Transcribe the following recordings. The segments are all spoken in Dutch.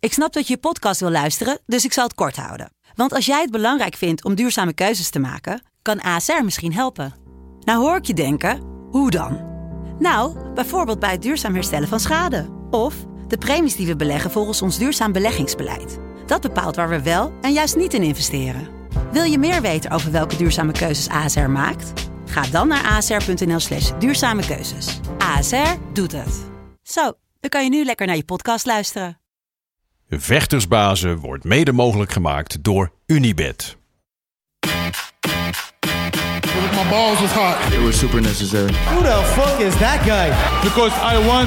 Ik snap dat je podcast wil luisteren, dus ik zal het kort houden. Want als jij het belangrijk vindt om duurzame keuzes te maken, kan ASR misschien helpen. Nou hoor ik je denken, hoe dan? Nou, bijvoorbeeld bij het duurzaam herstellen van schade. Of de premies die we beleggen volgens ons duurzaam beleggingsbeleid. Dat bepaalt waar we wel en juist niet in investeren. Wil je meer weten over welke duurzame keuzes ASR maakt? Ga dan naar asr.nl/duurzame keuzes. ASR doet het. Zo, dan kan je nu lekker naar je podcast luisteren. Vechtersbazen wordt mede mogelijk gemaakt door Unibet. My balls was hot. It was super necessary. Who the fuck is that guy? Because I want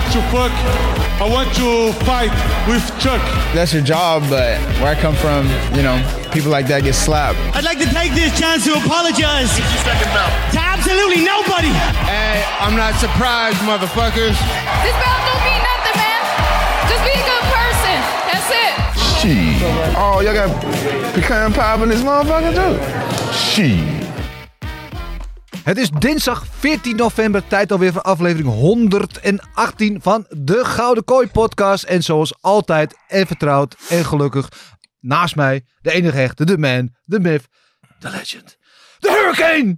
to fight with Chuck. That's your job, but where I come from, people like that get slapped. I'd like to take this chance to apologize to absolutely nobody. Hey, I'm not surprised, motherfuckers. This belt don't mean nothing, man. Just be a good person. That's it. Shit. Oh, y'all got pecan pie in this motherfucker too? Shit. Het is dinsdag 14 november, tijd alweer voor aflevering 118 van de Gouden Kooi podcast. En zoals altijd en vertrouwd en gelukkig naast mij de enige echte, de man, de myth, de legend, de hurricane,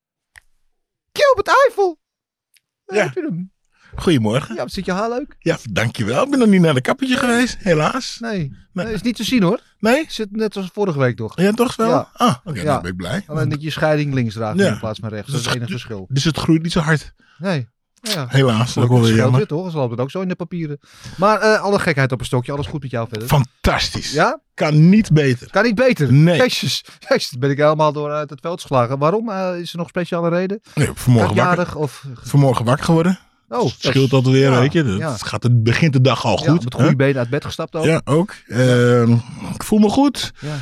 Gilbert Eiffel. Ja. Heb je hem? Goedemorgen. Ja, zit je haar leuk? Ja, dankjewel. Ik ben nog niet naar de kappertje geweest, helaas. Nee, is niet te zien hoor. Nee? Zit net als vorige week toch? Ja, toch wel? Ja. Ah, oké, Ja. dan ben ik blij. Alleen dat je scheiding links draagt Ja. in plaats van rechts. Dat is het enige verschil. Dus het groeit niet zo hard. Nee. Ja. Helaas. Dat is ook Dat wel weer scheelt jammer. weer toch? Ze loopt het ook zo in de papieren. Maar alle gekheid op een stokje. Alles goed met jou verder? Fantastisch. Ja? Kan niet beter. Kan niet beter? Nee. Jezus, ben ik helemaal door uit het veld geslagen. Waarom? Is er nog speciale reden? Nee, Jarig of... vanmorgen wakker geworden. Oh, Scheelt dat weer, ja, weet je. ja. Het begint de dag al Ja, goed. met goede hè? benen uit bed gestapt ook. Ja, ook. Ik voel me goed. Ja.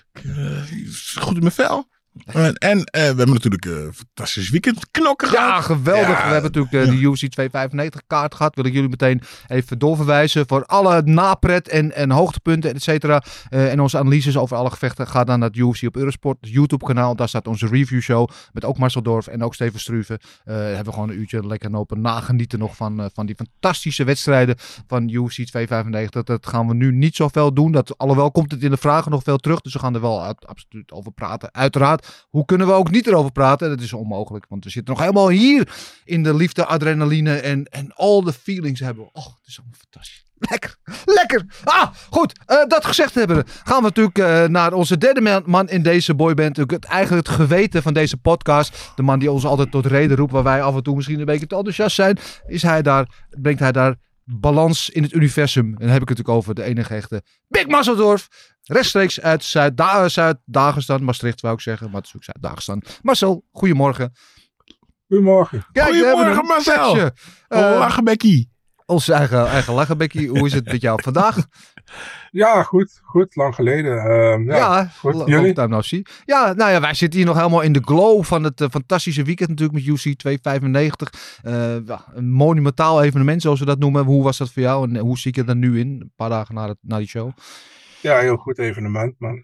Goed in mijn vel. En we hebben natuurlijk een fantastisch weekend knokken gehad. Ja, geweldig. Ja, We hebben natuurlijk de UFC 295 kaart gehad. Wil ik jullie meteen even doorverwijzen. Voor alle napret en hoogtepunten, et cetera. En onze analyses over alle gevechten. Ga dan naar het UFC op Eurosport, het YouTube kanaal. Daar staat onze review show. Met ook Marcel Dorf en ook Steven Struve. Hebben we gewoon een uurtje lekker lopen nagenieten nog van die fantastische wedstrijden van UFC 295. Dat gaan we nu niet zoveel doen. Alhoewel komt het in de vragen nog veel terug. Dus we gaan er wel absoluut over praten. Uiteraard. Hoe kunnen we ook niet erover praten? Dat is onmogelijk, want we zitten nog helemaal hier in de liefde, adrenaline en all the feelings hebben we. Oh, het is allemaal fantastisch. Lekker. Goed. Dat gezegd hebben, gaan we natuurlijk naar onze derde man in deze boyband. Eigenlijk het geweten van deze podcast. De man die ons altijd tot reden roept, waar wij af en toe misschien een beetje te enthousiast zijn. Brengt hij daar balans in het universum. En dan heb ik het natuurlijk over de enige echte Big Marcel Dorf. Rechtstreeks uit Zuid-Dagestan, Maastricht wou ik zeggen, maar het is ook Zuid-Dagestan. Marcel, goedemorgen. Goedemorgen. Kijk, Goedemorgen Marcel. Lachenbekkie. Onze eigen lachenbekkie. Hoe is het met jou vandaag? Ja, goed. Lang geleden. Goed. Jullie? Long time no see. Ja, nou ja, wij zitten hier nog helemaal in de glow van het fantastische weekend natuurlijk met UFC 295. Een monumentaal evenement zoals we dat noemen. Hoe was dat voor jou en hoe zie ik het er nu in? Een paar dagen na die show. Ja, heel goed evenement, man.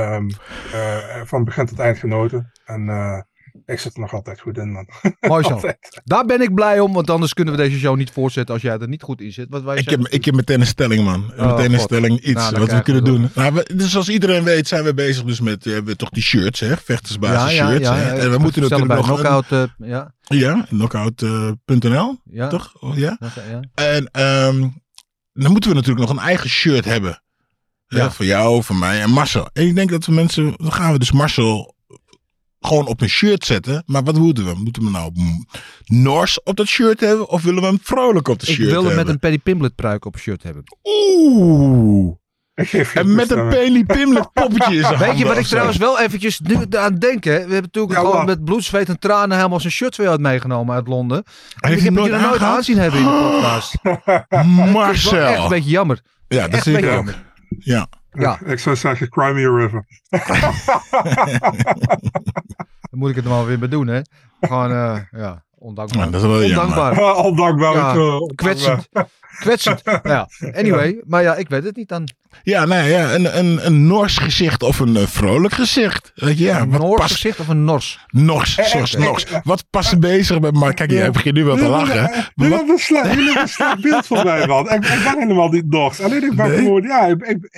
Van begin tot eind genoten. En ik zit er nog altijd goed in, man. Mooi zo. Daar ben ik blij om, want anders kunnen we deze show niet voortzetten als jij er niet goed in zit. Ik heb meteen een stelling, man. Meteen een stelling iets wat we kunnen doen. Dus zoals iedereen weet zijn we bezig dus met we hebben toch die shirts, hè? Vechtersbasis shirts. Ja, hè? En we moeten natuurlijk nog knockout, Ja, knockout.nl. Ja. Toch? Ja. Ja. En dan moeten we natuurlijk nog een eigen shirt hebben. Ja. Voor jou, voor mij en Marcel. En ik denk dat dan gaan we dus Marcel gewoon op een shirt zetten. Maar wat moeten we? Moeten we nou Nors op dat shirt hebben? Of willen we hem vrolijk op de shirt hebben? Ik wil hem met een Paddy Pimblett pruik op een shirt hebben. Oeh. En met een Paddy Pimblett poppetje in zijn Weet je handen wat ik of zo. trouwens wel eventjes nu aan denk? Hè? We hebben natuurlijk gewoon met bloed, zweet en tranen helemaal zijn shirt weer meegenomen uit Londen. En ik heb het je er nooit aanzien hebben in de podcast. Marcel. Dat is wel echt een beetje jammer. Ja, dat zie ik ook. Jammer. Ja. Ik zou zeggen, Cry Me a River. Dan moet ik het er maar weer mee doen, hè? Gewoon, Ondankbaar. Ja, dat is wel Ondankbaar. Ondankbaar. Ja, kwetsend. Ja. Anyway, maar ja, ik weet het niet dan. Ja, nee, ja, een Nors gezicht of een vrolijk gezicht. Weet je, ja, Een wat Noors past... gezicht of een Nors? Nors, zoals Nors. Wat past er bezig met... Maar kijk, jij begint nu wel te lachen. Jullie hebben een slecht beeld van mij, man. Ik ben helemaal niet Nors. Alleen ik ben gewoon... Ja,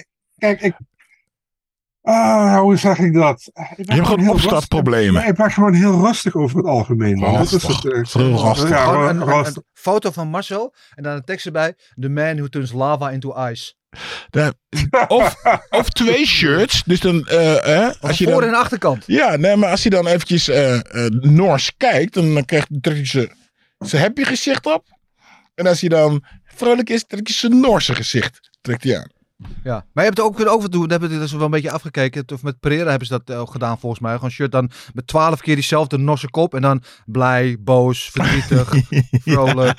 hoe zeg ik dat? Je hebt gewoon opstartproblemen. Ik ben gewoon heel rustig over het algemeen, man. Heel rustig. Ja, een foto van Marcel en dan een tekst erbij. The man who turns lava into ice. Of 2 shirts. Dus dan... als je voor- dan, en achterkant. Ja, nee, maar als je dan eventjes Nors kijkt, dan trekt hij zijn happy gezicht op. En als hij dan vrolijk is, trekt hij zijn Noorse gezicht. Trekt hij aan. Ja, maar je hebt het ook kunnen overdoen. Dat hebben we wel een beetje afgekeken. Of met Pereira hebben ze dat ook gedaan volgens mij. Gewoon shirt dan met 12 keer diezelfde Norse kop. En dan blij, boos, verdrietig, vrolijk.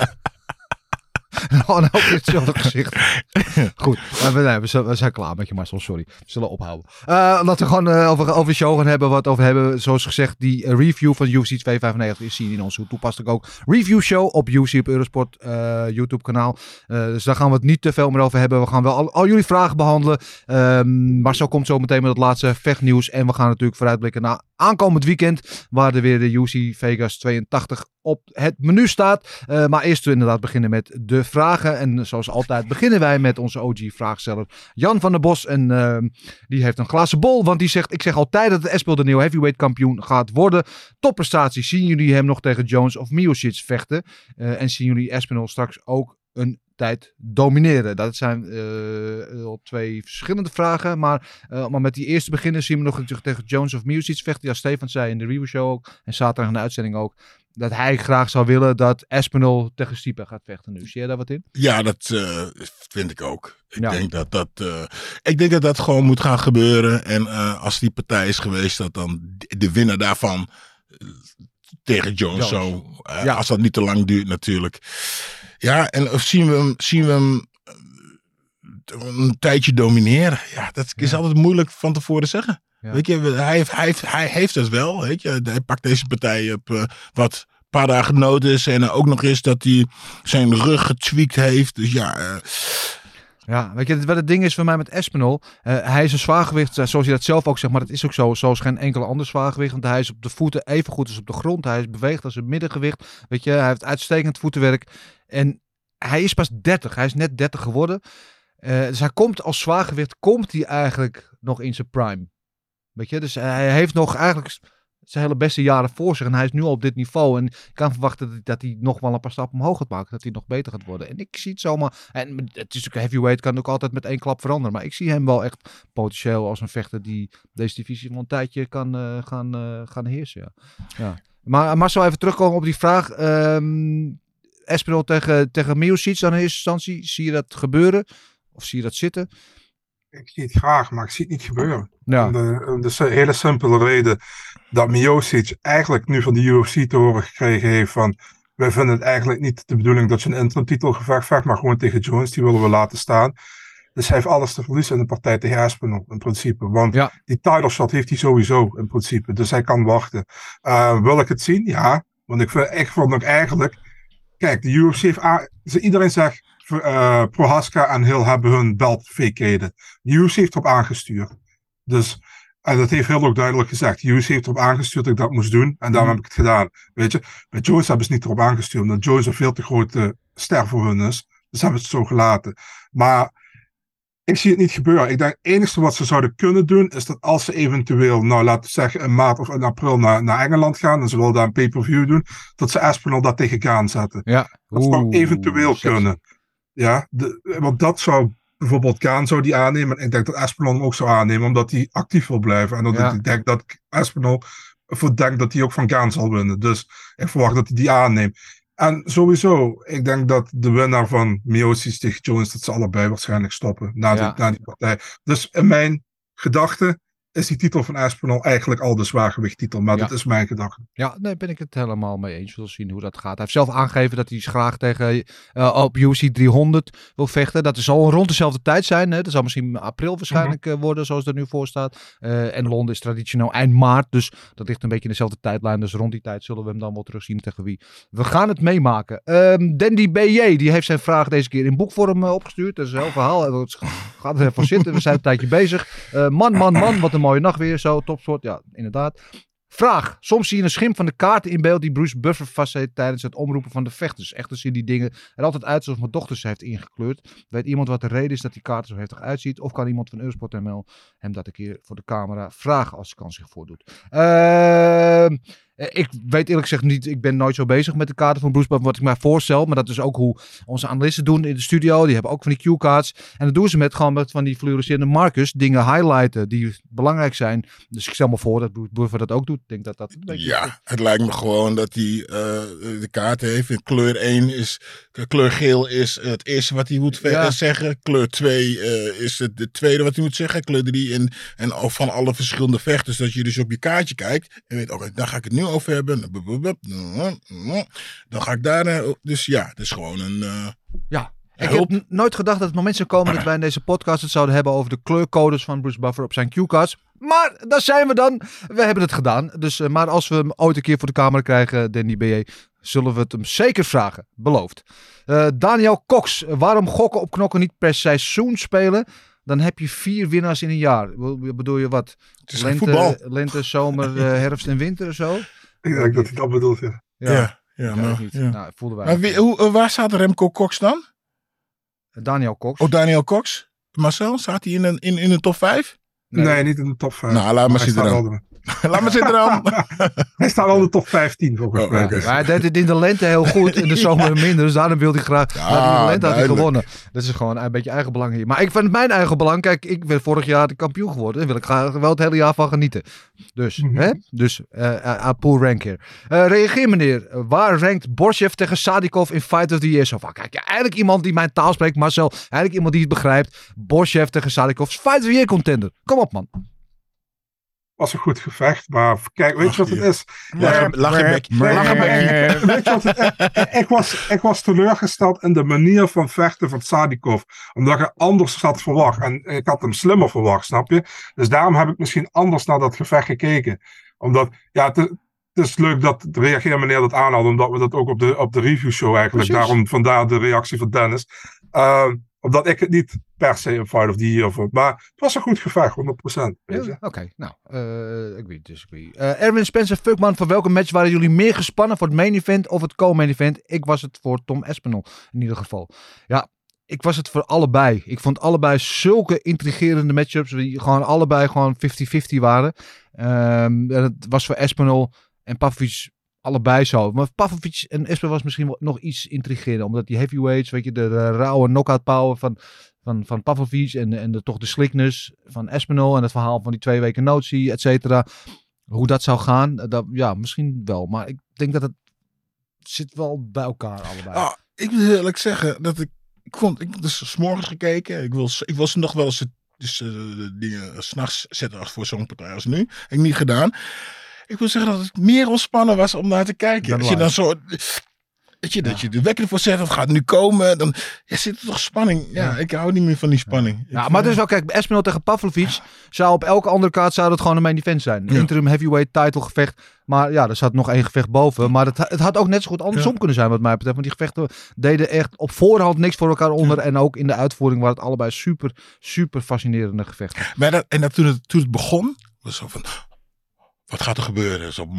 En dan ook hetzelfde gezicht. Goed, we zijn klaar met je Marcel, sorry. We zullen ophouden. Laten we gewoon over de show gaan hebben. Wat over hebben, zoals gezegd, die review van UFC 295 is zien in onze toepasselijk ook review show op UFC op Eurosport YouTube kanaal. Dus daar gaan we het niet te veel meer over hebben. We gaan wel al jullie vragen behandelen. Marcel komt zo meteen met het laatste vechtnieuws. En we gaan natuurlijk vooruitblikken naar aankomend weekend, waar er weer de UFC Vegas 82 op het menu staat. Maar eerst inderdaad beginnen met de vragen. En zoals altijd beginnen wij met onze OG-vraagsteller Jan van der Bos. En die heeft een glazen bol, want die zegt: ik zeg altijd dat Espinel de nieuwe heavyweight kampioen gaat worden. Topprestatie. Zien jullie hem nog tegen Jones of Miocic vechten? En zien jullie Espinel straks ook een tijd domineren? Dat zijn al 2 verschillende vragen. Maar met die eerste beginnen zien we nog tegen Jones of Miocic vechten. Ja, Stefan zei in de review show ook. En zaterdag in de uitzending ook. Dat hij graag zou willen dat Espinel tegen Stipe gaat vechten nu. Zie je daar wat in? Ja, dat vind ik ook. Ik denk dat dat gewoon moet gaan gebeuren. En als die partij is geweest, dat dan de winnaar daarvan tegen Jones. Zo. Als dat niet te lang duurt natuurlijk. Ja, en zien we hem een tijdje domineren. Ja, dat is altijd moeilijk van tevoren zeggen. Ja. Weet je, hij heeft het wel. Weet je, hij pakt deze partij op wat paar dagen notice. En ook nog eens dat hij zijn rug getweakt heeft. Dus ja... Ja, weet je, wat het ding is voor mij met Espinel. Hij is een zwaargewicht, zoals hij dat zelf ook zegt, maar dat is ook zo. Zoals geen enkele ander zwaargewicht. Want hij is op de voeten even goed als op de grond. Hij is beweegt als een middengewicht. Weet je, hij heeft uitstekend voetenwerk. En hij is pas 30. Hij is net 30 geworden. Dus hij komt als zwaargewicht, komt hij eigenlijk nog in zijn prime. Weet je, dus hij heeft nog eigenlijk zijn hele beste jaren voor zich. En hij is nu al op dit niveau. En ik kan verwachten dat hij nog wel een paar stappen omhoog gaat maken. Dat hij nog beter gaat worden. En ik zie het zomaar. En het is ook heavyweight, kan ook altijd met 1 klap veranderen. Maar ik zie hem wel echt potentieel als een vechter die deze divisie wel een tijdje kan gaan heersen. Ja. Maar Marcel, even terugkomen op die vraag. Espinel tegen Miocic dan in eerste instantie. Zie je dat gebeuren? Of zie je dat zitten? Ik zie het graag, maar ik zie het niet gebeuren. Ja. De hele simpele reden dat Miocic eigenlijk nu van de UFC te horen gekregen heeft van: wij vinden het eigenlijk niet de bedoeling dat je een interimtitelgevecht vecht, maar gewoon tegen Jones, die willen we laten staan. Dus hij heeft alles te verliezen in de partij tegen Espinel in principe. Want die title shot heeft hij sowieso in principe. Dus hij kan wachten. Wil ik het zien? Ja. Want ik vond ook eigenlijk... Kijk, de UFC heeft... Iedereen zegt... Prohaska en Hill hebben hun belt vacated. De UFC heeft erop aangestuurd. Dus... En dat heeft heel ook duidelijk gezegd. De UFC heeft erop aangestuurd dat ik dat moest doen. En daarom heb ik het gedaan. Weet je, bij Jones hebben ze niet erop aangestuurd. Omdat Jones een veel te grote ster voor hun is. Dus hebben ze het zo gelaten. Maar ik zie het niet gebeuren. Ik denk het enige wat ze zouden kunnen doen. Is dat als ze eventueel, nou laten we zeggen in maart of in april naar Engeland gaan. En ze willen daar een pay-per-view doen. Dat ze Espinel dat tegen Gaan zetten. Ja. Dat zou eventueel kunnen. Ja, want dat zou... Bijvoorbeeld Gaan zou die aannemen. En ik denk dat Espinel hem ook zou aannemen. Omdat hij actief wil blijven. En dat ik denk dat Espinel denkt dat hij ook van Gaan zal winnen. Dus ik verwacht dat hij die aanneemt. En sowieso, ik denk dat de winnaar van Miocic tegen Jones, dat ze allebei waarschijnlijk stoppen na die partij. Dus in mijn gedachte is die titel van Aspinall eigenlijk al de zwaargewichttitel. Maar dat is mijn gedachte. Ja, nee, ben ik het helemaal mee eens. We zullen zien hoe dat gaat. Hij heeft zelf aangegeven dat hij graag tegen op UFC 300 wil vechten. Dat zal rond dezelfde tijd zijn. Hè? Dat zal misschien april waarschijnlijk worden, zoals het er nu voor staat. En Londen is traditioneel eind maart. Dus dat ligt een beetje in dezelfde tijdlijn. Dus rond die tijd zullen we hem dan wel terugzien tegen wie. We gaan het meemaken. Dandy BJ, die heeft zijn vraag deze keer in boekvorm opgestuurd. Dat is een heel verhaal. Het gaat er even zitten. We zijn een tijdje bezig. Man, wat een mooie nacht weer. Zo, topsport. Ja, inderdaad. Vraag. Soms zie je een schim van de kaarten in beeld die Bruce Buffer vastdeed tijdens het omroepen van de vechters. Echter zien die dingen er altijd uit zoals mijn dochter ze heeft ingekleurd. Weet iemand wat de reden is dat die kaart er zo heftig uitziet? Of kan iemand van Eurosport NL hem dat een keer voor de camera vragen als de kans zich voordoet? Ik weet eerlijk gezegd niet, ik ben nooit zo bezig met de kaarten van Bruce Buffer, wat ik mij voorstel. Maar dat is ook hoe onze analisten doen in de studio. Die hebben ook van die cue-cards. En dat doen ze gewoon met van die fluorescerende markers. Dingen highlighten die belangrijk zijn. Dus ik stel me voor dat Bruce Buffer dat ook doet. Ik denk dat dat... Ja, het lijkt me gewoon dat hij de kaart heeft. En kleur 1 is... Kleur geel is het eerste wat hij moet zeggen. Kleur 2 is het tweede wat hij moet zeggen. Kleur 3 en van alle verschillende vechters. Dat je dus op je kaartje kijkt. En weet, oké, daar ga ik het nu over hebben. Dan ga ik daar... Dus ja, het is gewoon een... Ik heb nooit gedacht dat het moment zou komen dat wij in deze podcast het zouden hebben over de kleurcodes van Bruce Buffer op zijn cue-cards. Maar daar zijn we dan. We hebben het gedaan. Dus, maar als we hem ooit een keer voor de camera krijgen, Danny B.J., zullen we het hem zeker vragen. Beloofd. Daniel Cox. Waarom gokken op knokken niet per seizoen spelen? Dan heb je 4 winnaars in een jaar. Bedoel je wat? Het is voetbal. Lente, zomer, herfst en winter of zo? Ik denk dat hij dat bedoelt, Ja, niet. Ja. Nou, voelden wij. Maar waar staat Remco Cox dan? Daniel Cox. Oh, Daniel Cox. Marcel, staat hij in de top 5? Nee, niet in de top 5. Nou, laat maar zitten dan. Laat maar zitten dan. Hij staat al in de top 15 volgens mij. Maar hij deed het in de lente heel goed, in de zomer minder. Dus daarom wilde hij graag. Maar in de lente had hij gewonnen. Dat is gewoon een beetje eigen belang hier. Maar ik vind mijn eigen belang. Kijk, ik ben vorig jaar de kampioen geworden. Daar wil ik graag wel het hele jaar van genieten. Dus, pool rank hier. Reageer meneer. Waar rankt Borshchev tegen Sadikov in Fight of the Year? Zo van, kijk, eigenlijk iemand die mijn taal spreekt. Marcel, eigenlijk iemand die het begrijpt. Borshchev tegen Sadikov. Fight of the Year contender. Kom op, man. Was een goed gevecht, maar kijk, weet je wat het is? Lach je bekje. Weet je wat het is? Ik was teleurgesteld in de manier van vechten van Sadikov. Omdat ik anders had verwacht. En ik had hem slimmer verwacht, snap je? Dus daarom heb ik misschien anders naar dat gevecht gekeken. Omdat, ja, het is leuk dat de reageer meneer dat aanhoudt. Omdat we dat ook op de review show eigenlijk. Vandaar de reactie van Dennis. Omdat ik het niet per se een Fight of the Year vond. Maar het was een goed gevecht, 100%. Oké, nou, disagree. Erwin Spencer Fuckman, voor welke match waren jullie meer gespannen? Voor het main event of het co-main event? Ik was het voor Tom Aspinall, in ieder geval. Ja, ik was het voor allebei. Ik vond allebei zulke intrigerende matchups, die gewoon allebei gewoon 50-50 waren. Het was voor Aspinall en Pavlovic allebei zo. Maar Pavlovic en Aspinall was misschien nog iets intrigerender. Omdat die heavyweights, weet je, de rauwe knockout power van Pavlovic en toch de slickness van Aspinall en het verhaal van die 2 weken notie, et cetera. Hoe dat zou gaan, misschien wel. Maar ik denk dat het zit wel bij elkaar allebei. Ik wil eerlijk zeggen dat ik dus 's morgens gekeken. Ik wil ze nog wel eens de dingen 's nachts zetten voor zo'n partij als nu. Heb ik niet gedaan. Ik wil zeggen dat het meer ontspannen was om naar te kijken. Als je dan zo... dat je de wekker ervoor zet, dat gaat nu komen. Dan zit er toch spanning. Ja, ik hou niet meer van die spanning. Ja, maar dus wel, kijk, Aspinall tegen Pavlovic zou op elke andere kaart het gewoon een main event zijn. Interim heavyweight title gevecht. Maar ja, er zat nog 1 gevecht boven. Maar het had ook net zo goed andersom kunnen zijn wat mij betreft. Want die gevechten deden echt op voorhand niks voor elkaar onder. En ook in de uitvoering waren het allebei super, super fascinerende gevechten. Maar toen het begon, was zo van... Wat gaat er gebeuren? Zo...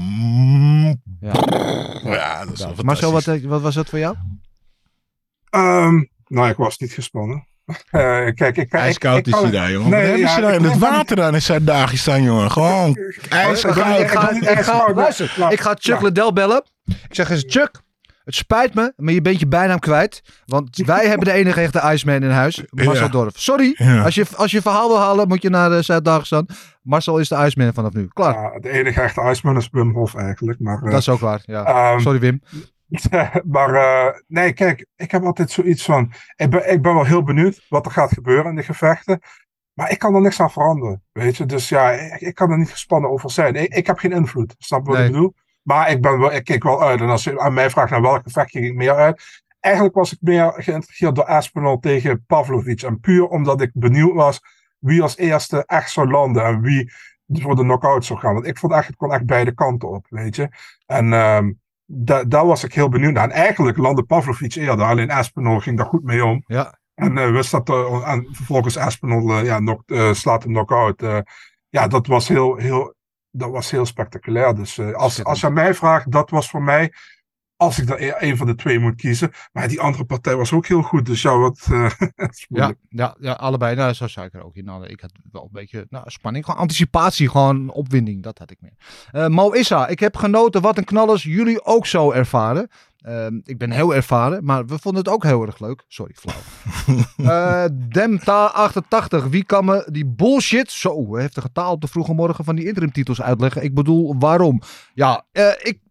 dat is wel Marcel, wat was dat voor jou? Nou, ik was niet gespannen. Kijk, ijskoud is hij daar, jongen. Wat hebben ze daar in het water dan in Zuid-Dagestan, jongen? Gewoon ijskoud. Ik ga Chuck Liddell bellen. Ik zeg eens, Chuck, het spijt me, maar je bent je bijnaam kwijt. Want wij hebben de enige echte Iceman in huis. Marcel Dorf. Sorry, als je verhaal wil halen, moet je naar Zuid-Dagestan. Marcel is de Iceman vanaf nu. Klaar. Ja, de enige echte Iceman is Wim Hof eigenlijk. Maar, dat is ook waar, ja. Sorry, Wim. Maar nee, kijk, ik heb altijd zoiets van... Ik ben wel heel benieuwd wat er gaat gebeuren in de gevechten. Maar ik kan er niks aan veranderen, weet je. Dus ja, ik kan er niet gespannen over zijn. Ik heb geen invloed, snap je wat ik bedoel? Maar ik keek wel uit. En als je aan mij vraagt naar welk effect ging ik meer uit. Eigenlijk was ik meer geïnteresseerd door Aspinall tegen Pavlovich. En puur omdat ik benieuwd was wie als eerste echt zou landen. En wie voor de knockout zou gaan. Want ik vond echt, het kon echt beide kanten op, weet je. En daar was ik heel benieuwd naar. En eigenlijk landde Pavlovich eerder. Alleen Aspinall ging daar goed mee om. Ja. En wist dat en vervolgens Aspinall slaat hem knock-out. Dat was heel spectaculair. Dus als je aan mij vraagt, dat was voor mij, als ik er een van de twee moet kiezen. Maar die andere partij was ook heel goed. Dus ja, allebei. Nou, zo zei ik er ook in. Nou, ik had wel een beetje spanning. Gewoon anticipatie, gewoon opwinding. Dat had ik meer. Mo Issa, ik heb genoten. Wat een knallers. Jullie ook zo ervaren. Ik ben heel ervaren, maar we vonden het ook heel erg leuk. Sorry, flauw. Demta88, wie kan me die bullshit, zo heftige taal op de vroege morgen van die interimtitels uitleggen? Ik bedoel, waarom? Ja, ik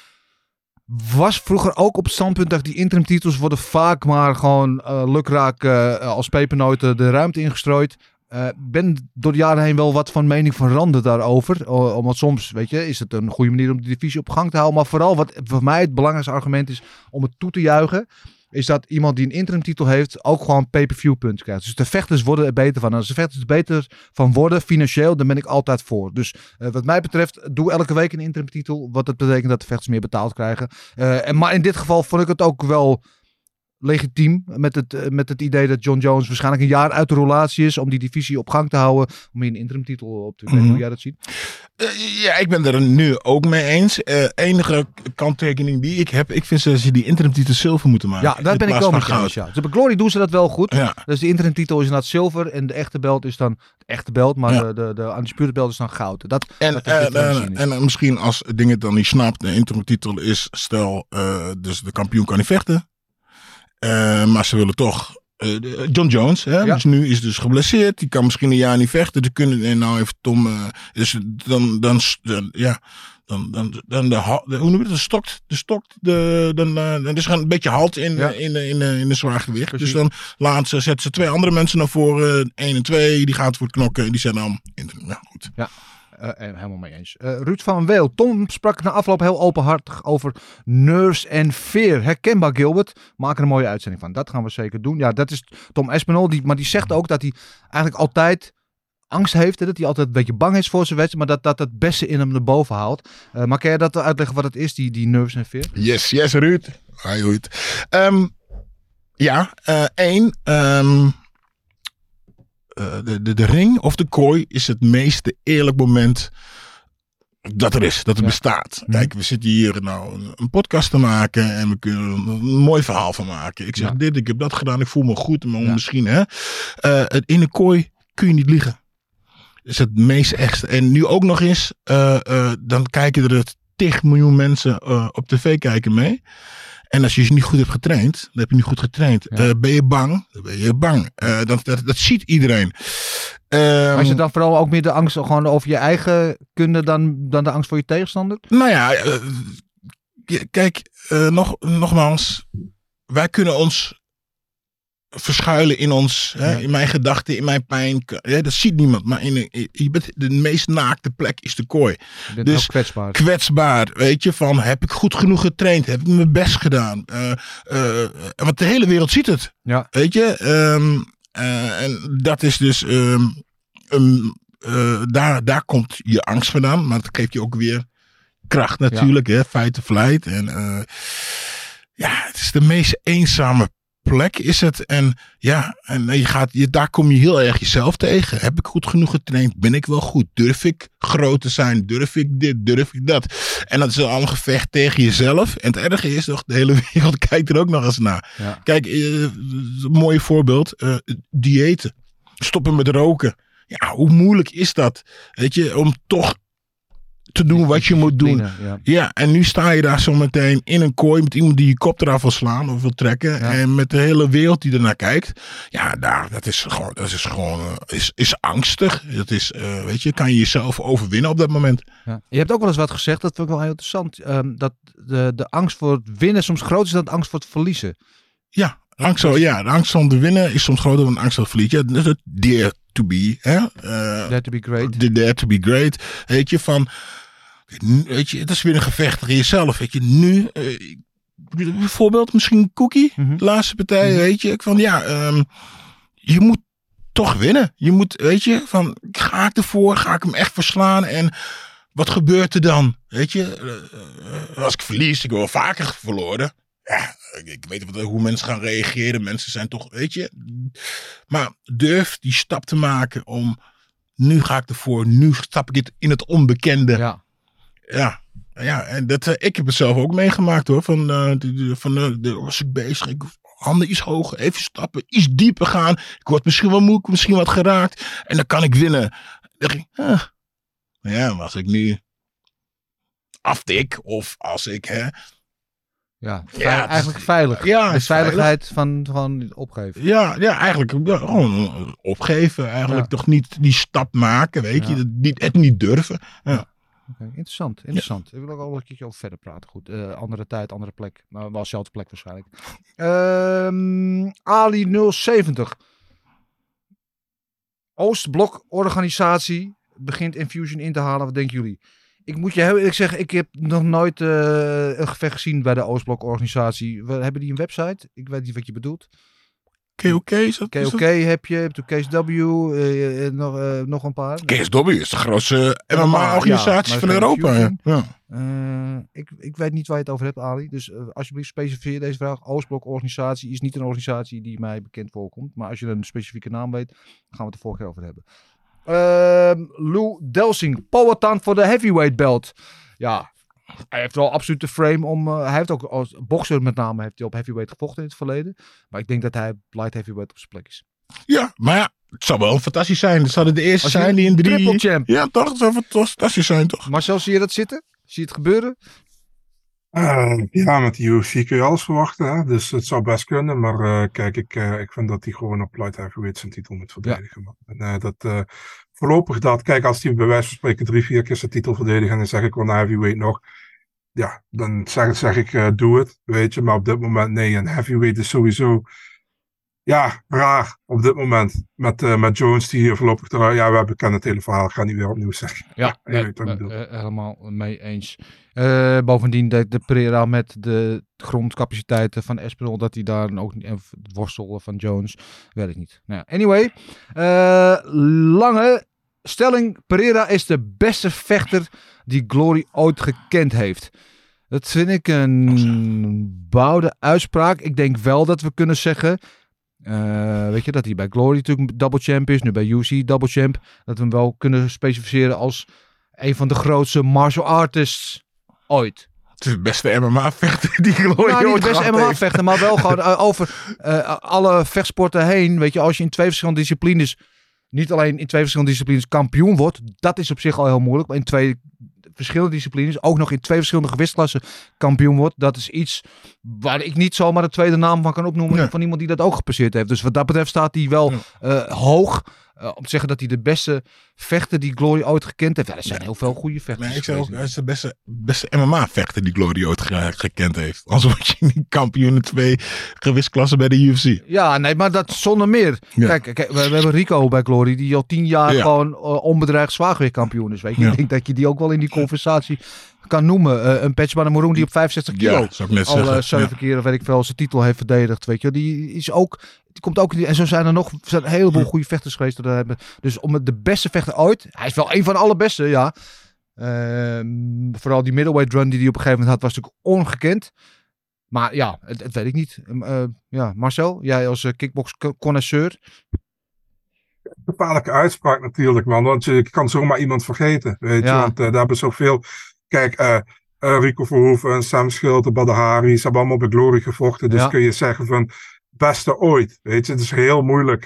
was vroeger ook op het standpunt dat die interimtitels worden vaak maar gewoon lukraak als pepernoten de ruimte ingestrooid. Ben door de jaren heen wel wat van mening veranderd daarover. Omdat soms, weet je, is het een goede manier om de divisie op gang te houden. Maar vooral wat voor mij het belangrijkste argument is om het toe te juichen, is dat iemand die een interimtitel heeft ook gewoon pay-per-view punten krijgt. Dus de vechters worden er beter van. En als de vechters er beter van worden, financieel, dan ben ik altijd voor. Dus wat mij betreft, doe elke week een interimtitel. Wat het betekent dat de vechters meer betaald krijgen. Maar in dit geval vond ik het ook wel legitiem met het idee dat John Jones waarschijnlijk een jaar uit de roulatie is om die divisie op gang te houden, om hier een interimtitel op te krijgen. Hoe jij dat ziet? Ik ben er nu ook mee eens. Enige kanttekening die ik heb, ik vind dat ze die interimtitel zilver moeten maken. Ja, daar ben ik wel mee eens. Ja. Dus bij Glory doen ze dat wel goed. Ja. Dus de interimtitel is inderdaad zilver en de echte belt is dan de echte belt, maar de undisputed belt is dan goud. En misschien als dingen dan niet snapt, de interimtitel is, stel, dus de kampioen kan niet vechten. Maar ze willen toch John Jones, hè? Ja. Dus nu is dus geblesseerd. Die kan misschien een jaar niet vechten. Die kunnen nou even Tom. Dus dan hoe noem je het? Dan is er een beetje halt in de zwaargewicht. Precies. Dus dan zetten ze 2 andere mensen naar voren. 1 en 2, die gaat voor het knokken. En die zijn dan goed. Ja. Helemaal mee eens. Ruud van Weel. Tom sprak na afloop heel openhartig over nerves en fear. Herkenbaar, Gilbert. Maak er een mooie uitzending van. Dat gaan we zeker doen. Ja, dat is Tom Aspinall. Maar die zegt ook dat hij eigenlijk altijd angst heeft. Hè? Dat hij altijd een beetje bang is voor zijn wedstrijd. Maar dat het beste in hem naar boven haalt. Maar kan jij dat uitleggen wat het is, die nerves en fear? Yes, Ruud. Hi, Ruud. De ring of de kooi is het meest eerlijk moment dat er is, dat het bestaat. Kijk, we zitten hier nou een podcast te maken en we kunnen een mooi verhaal van maken. Ik zeg dit, ik heb dat gedaan, ik voel me goed, maar misschien in een kooi kun je niet liegen. Dat is het meest echtste. En nu ook nog eens, dan kijken er 10 miljoen mensen op tv kijken mee. En als je niet goed hebt getraind, dan heb je niet goed getraind. Ja. Ben je bang? Dan ben je bang. Dat ziet iedereen. Als je dan vooral ook meer de angst gewoon over je eigen kunde dan de angst voor je tegenstander? Nou ja, kijk, nogmaals. Wij kunnen ons verschuilen in ons, in mijn gedachten, in mijn pijn. Dat ziet niemand. Maar de meest naakte plek is de kooi. Je bent dus kwetsbaar. Kwetsbaar, weet je, van heb ik goed genoeg getraind? Heb ik mijn best gedaan? Want de hele wereld ziet het. Ja. Weet je? En dat is dus daar komt je angst vandaan. Maar dat geeft je ook weer kracht natuurlijk. Hè? Fight or flight. En het is de meest eenzame plek is het. En daar kom je heel erg jezelf tegen. Heb ik goed genoeg getraind? Ben ik wel goed? Durf ik groot te zijn? Durf ik dit? Durf ik dat? En dat is allemaal gevecht tegen jezelf. En het erge is toch, de hele wereld kijkt er ook nog eens naar. Ja. Kijk, een mooi voorbeeld. Diëten. Stoppen met roken. Ja, hoe moeilijk is dat? Weet je, om toch te doen wat je moet doen. Ja, en nu sta je daar zo meteen in een kooi met iemand die je kop eraf wil slaan of wil trekken. Ja. En met de hele wereld die ernaar kijkt. Ja, dat is angstig. Dat is, weet je, kan je jezelf overwinnen op dat moment. Ja. Je hebt ook wel eens wat gezegd, dat vind ik wel heel interessant. Dat de angst voor het winnen soms groter is dan de angst voor het verliezen. Ja, de angst om te winnen is soms groter dan de angst voor het verliezen. Ja, to be. Dare to be great. Dare to be great. Weet je, het is weer een gevecht tegen jezelf. Weet je, nu... bijvoorbeeld misschien Cookie, de laatste partij, weet je. Je moet toch winnen. Je moet, weet je, ga ik ervoor? Ga ik hem echt verslaan? En wat gebeurt er dan? Weet je, als ik verlies, ik word vaker verloren. Ja, ik weet hoe mensen gaan reageren. Mensen zijn toch, weet je. Maar durf die stap te maken om, nu ga ik ervoor. Nu stap ik in het onbekende. Ja, en ik heb het zelf ook meegemaakt hoor. Was ik bezig. Handen iets hoger, even stappen, iets dieper gaan. Ik word misschien wel moe, misschien wat geraakt. En dan kan ik winnen. Dan dacht ik, ja, maar als ik nu aftik of als ik... eigenlijk veilig. Ja, de veiligheid van opgeven. Ja, eigenlijk gewoon opgeven. Eigenlijk toch niet die stap maken, weet je. Het niet durven. Ja. Okay, interessant. Ik wil ook al een keertje over verder praten. Goed, andere tijd, andere plek. Maar wel dezelfde plek waarschijnlijk. Ali 070. Oostblok-organisatie begint Infusion in te halen. Wat denken jullie? Ik moet je heel eerlijk zeggen, ik heb nog nooit een gevecht gezien bij de Oostblok-organisatie. Hebben die een website? Ik weet niet wat je bedoelt. KOK is dat? KOK heb je hebt KSW, nog een paar. KSW is de grootste MMA-organisatie van Europa. Ja. Ik weet niet waar je het over hebt, Ali. Dus alsjeblieft specificeer deze vraag. Oostblok-organisatie is niet een organisatie die mij bekend voorkomt. Maar als je een specifieke naam weet, gaan we het er vorige keer over hebben. Lou Delsing, Powhatan voor de heavyweight belt. Ja, hij heeft wel absoluut de frame om... hij heeft ook als bokser met name heeft hij op heavyweight gevochten in het verleden. Maar ik denk dat hij light heavyweight op zijn plek is. Ja, maar ja, het zou wel fantastisch zijn. Het zouden de eerste zijn die in 3... Triple champ. Ja, toch? Het zou fantastisch zijn, toch? Marcel, zie je dat zitten? Zie je het gebeuren? Ja, met de UFC kun je alles verwachten. Hè? Dus het zou best kunnen. Maar kijk, ik vind dat hij gewoon op light heavyweight zijn titel moet verdedigen. Ja. En voorlopig kijk, als hij bij wijze van spreken 3-4 keer zijn titel verdedigen en dan zeg ik wel naar heavyweight nog. Ja, dan zeg ik doe het, weet je. Maar op dit moment nee. En heavyweight is sowieso raar op dit moment. Met Jones die hier voorlopig eruit. Ja, we kennen het hele verhaal. Ik ga niet weer opnieuw zeggen. Ja, helemaal mee eens. Bovendien de Pereira met de grondcapaciteiten van Espinol, dat hij daar ook niet worstelen van Jones, weet ik niet. Nou, anyway, lange stelling: Pereira is de beste vechter die Glory ooit gekend heeft. Dat vind ik een bouwde uitspraak. Ik denk wel dat we kunnen zeggen, weet je, dat hij bij Glory natuurlijk double champ is, nu bij UFC double champ, dat we hem wel kunnen specificeren als een van de grootste martial artists ooit. Het is de beste MMA-vechter die Glory ooit niet de beste MMA-vechter, maar wel gewoon over alle vechtsporten heen. Weet je, als je in 2 verschillende disciplines, niet alleen in 2 verschillende disciplines kampioen wordt, dat is op zich al heel moeilijk. Maar in 2 verschillende disciplines, ook nog in 2 verschillende gewichtsklassen kampioen wordt, dat is iets waar ik niet zomaar de tweede naam van kan opnoemen van iemand die dat ook gepasseerd heeft. Dus wat dat betreft staat hij wel hoog. Om te zeggen dat hij de beste vechter die Glory ooit gekend heeft. Ja, er zijn heel veel goede vechters. Nee, ik zeg ook, hij is de beste MMA-vechter die Glory ooit gekend heeft. Anders word je niet kampioen in 2 gewichtsklassen bij de UFC. Ja, nee, maar dat zonder meer. Ja. Kijk, we hebben Rico bij Glory, die al 10 jaar gewoon onbedreigd zwaargewichtkampioen is. Weet je? Ik denk dat je die ook wel in die conversatie kan noemen. Een Pechman Moroen die op 65 kilo al 7 keer, weet ik veel, zijn titel heeft verdedigd. Weet je? Die is ook... Die komt ook, en zo zijn er nog een heleboel goede vechters geweest. Dus om de beste vechter ooit. Hij is wel een van de allerbeste, ja. Vooral die middleweight run die hij op een gegeven moment had, was natuurlijk ongekend. Maar ja, het weet ik niet. Marcel, jij als kickbox-connoisseur. Gevaarlijke uitspraak natuurlijk, man. Want je kan zomaar iemand vergeten, weet je. Want daar hebben zoveel... Kijk, Rico Verhoeven, Sam Schulte, Badr Hari, ze hebben allemaal bij Glory gevochten. Dus kun je zeggen van... beste ooit, weet je. Het is heel moeilijk.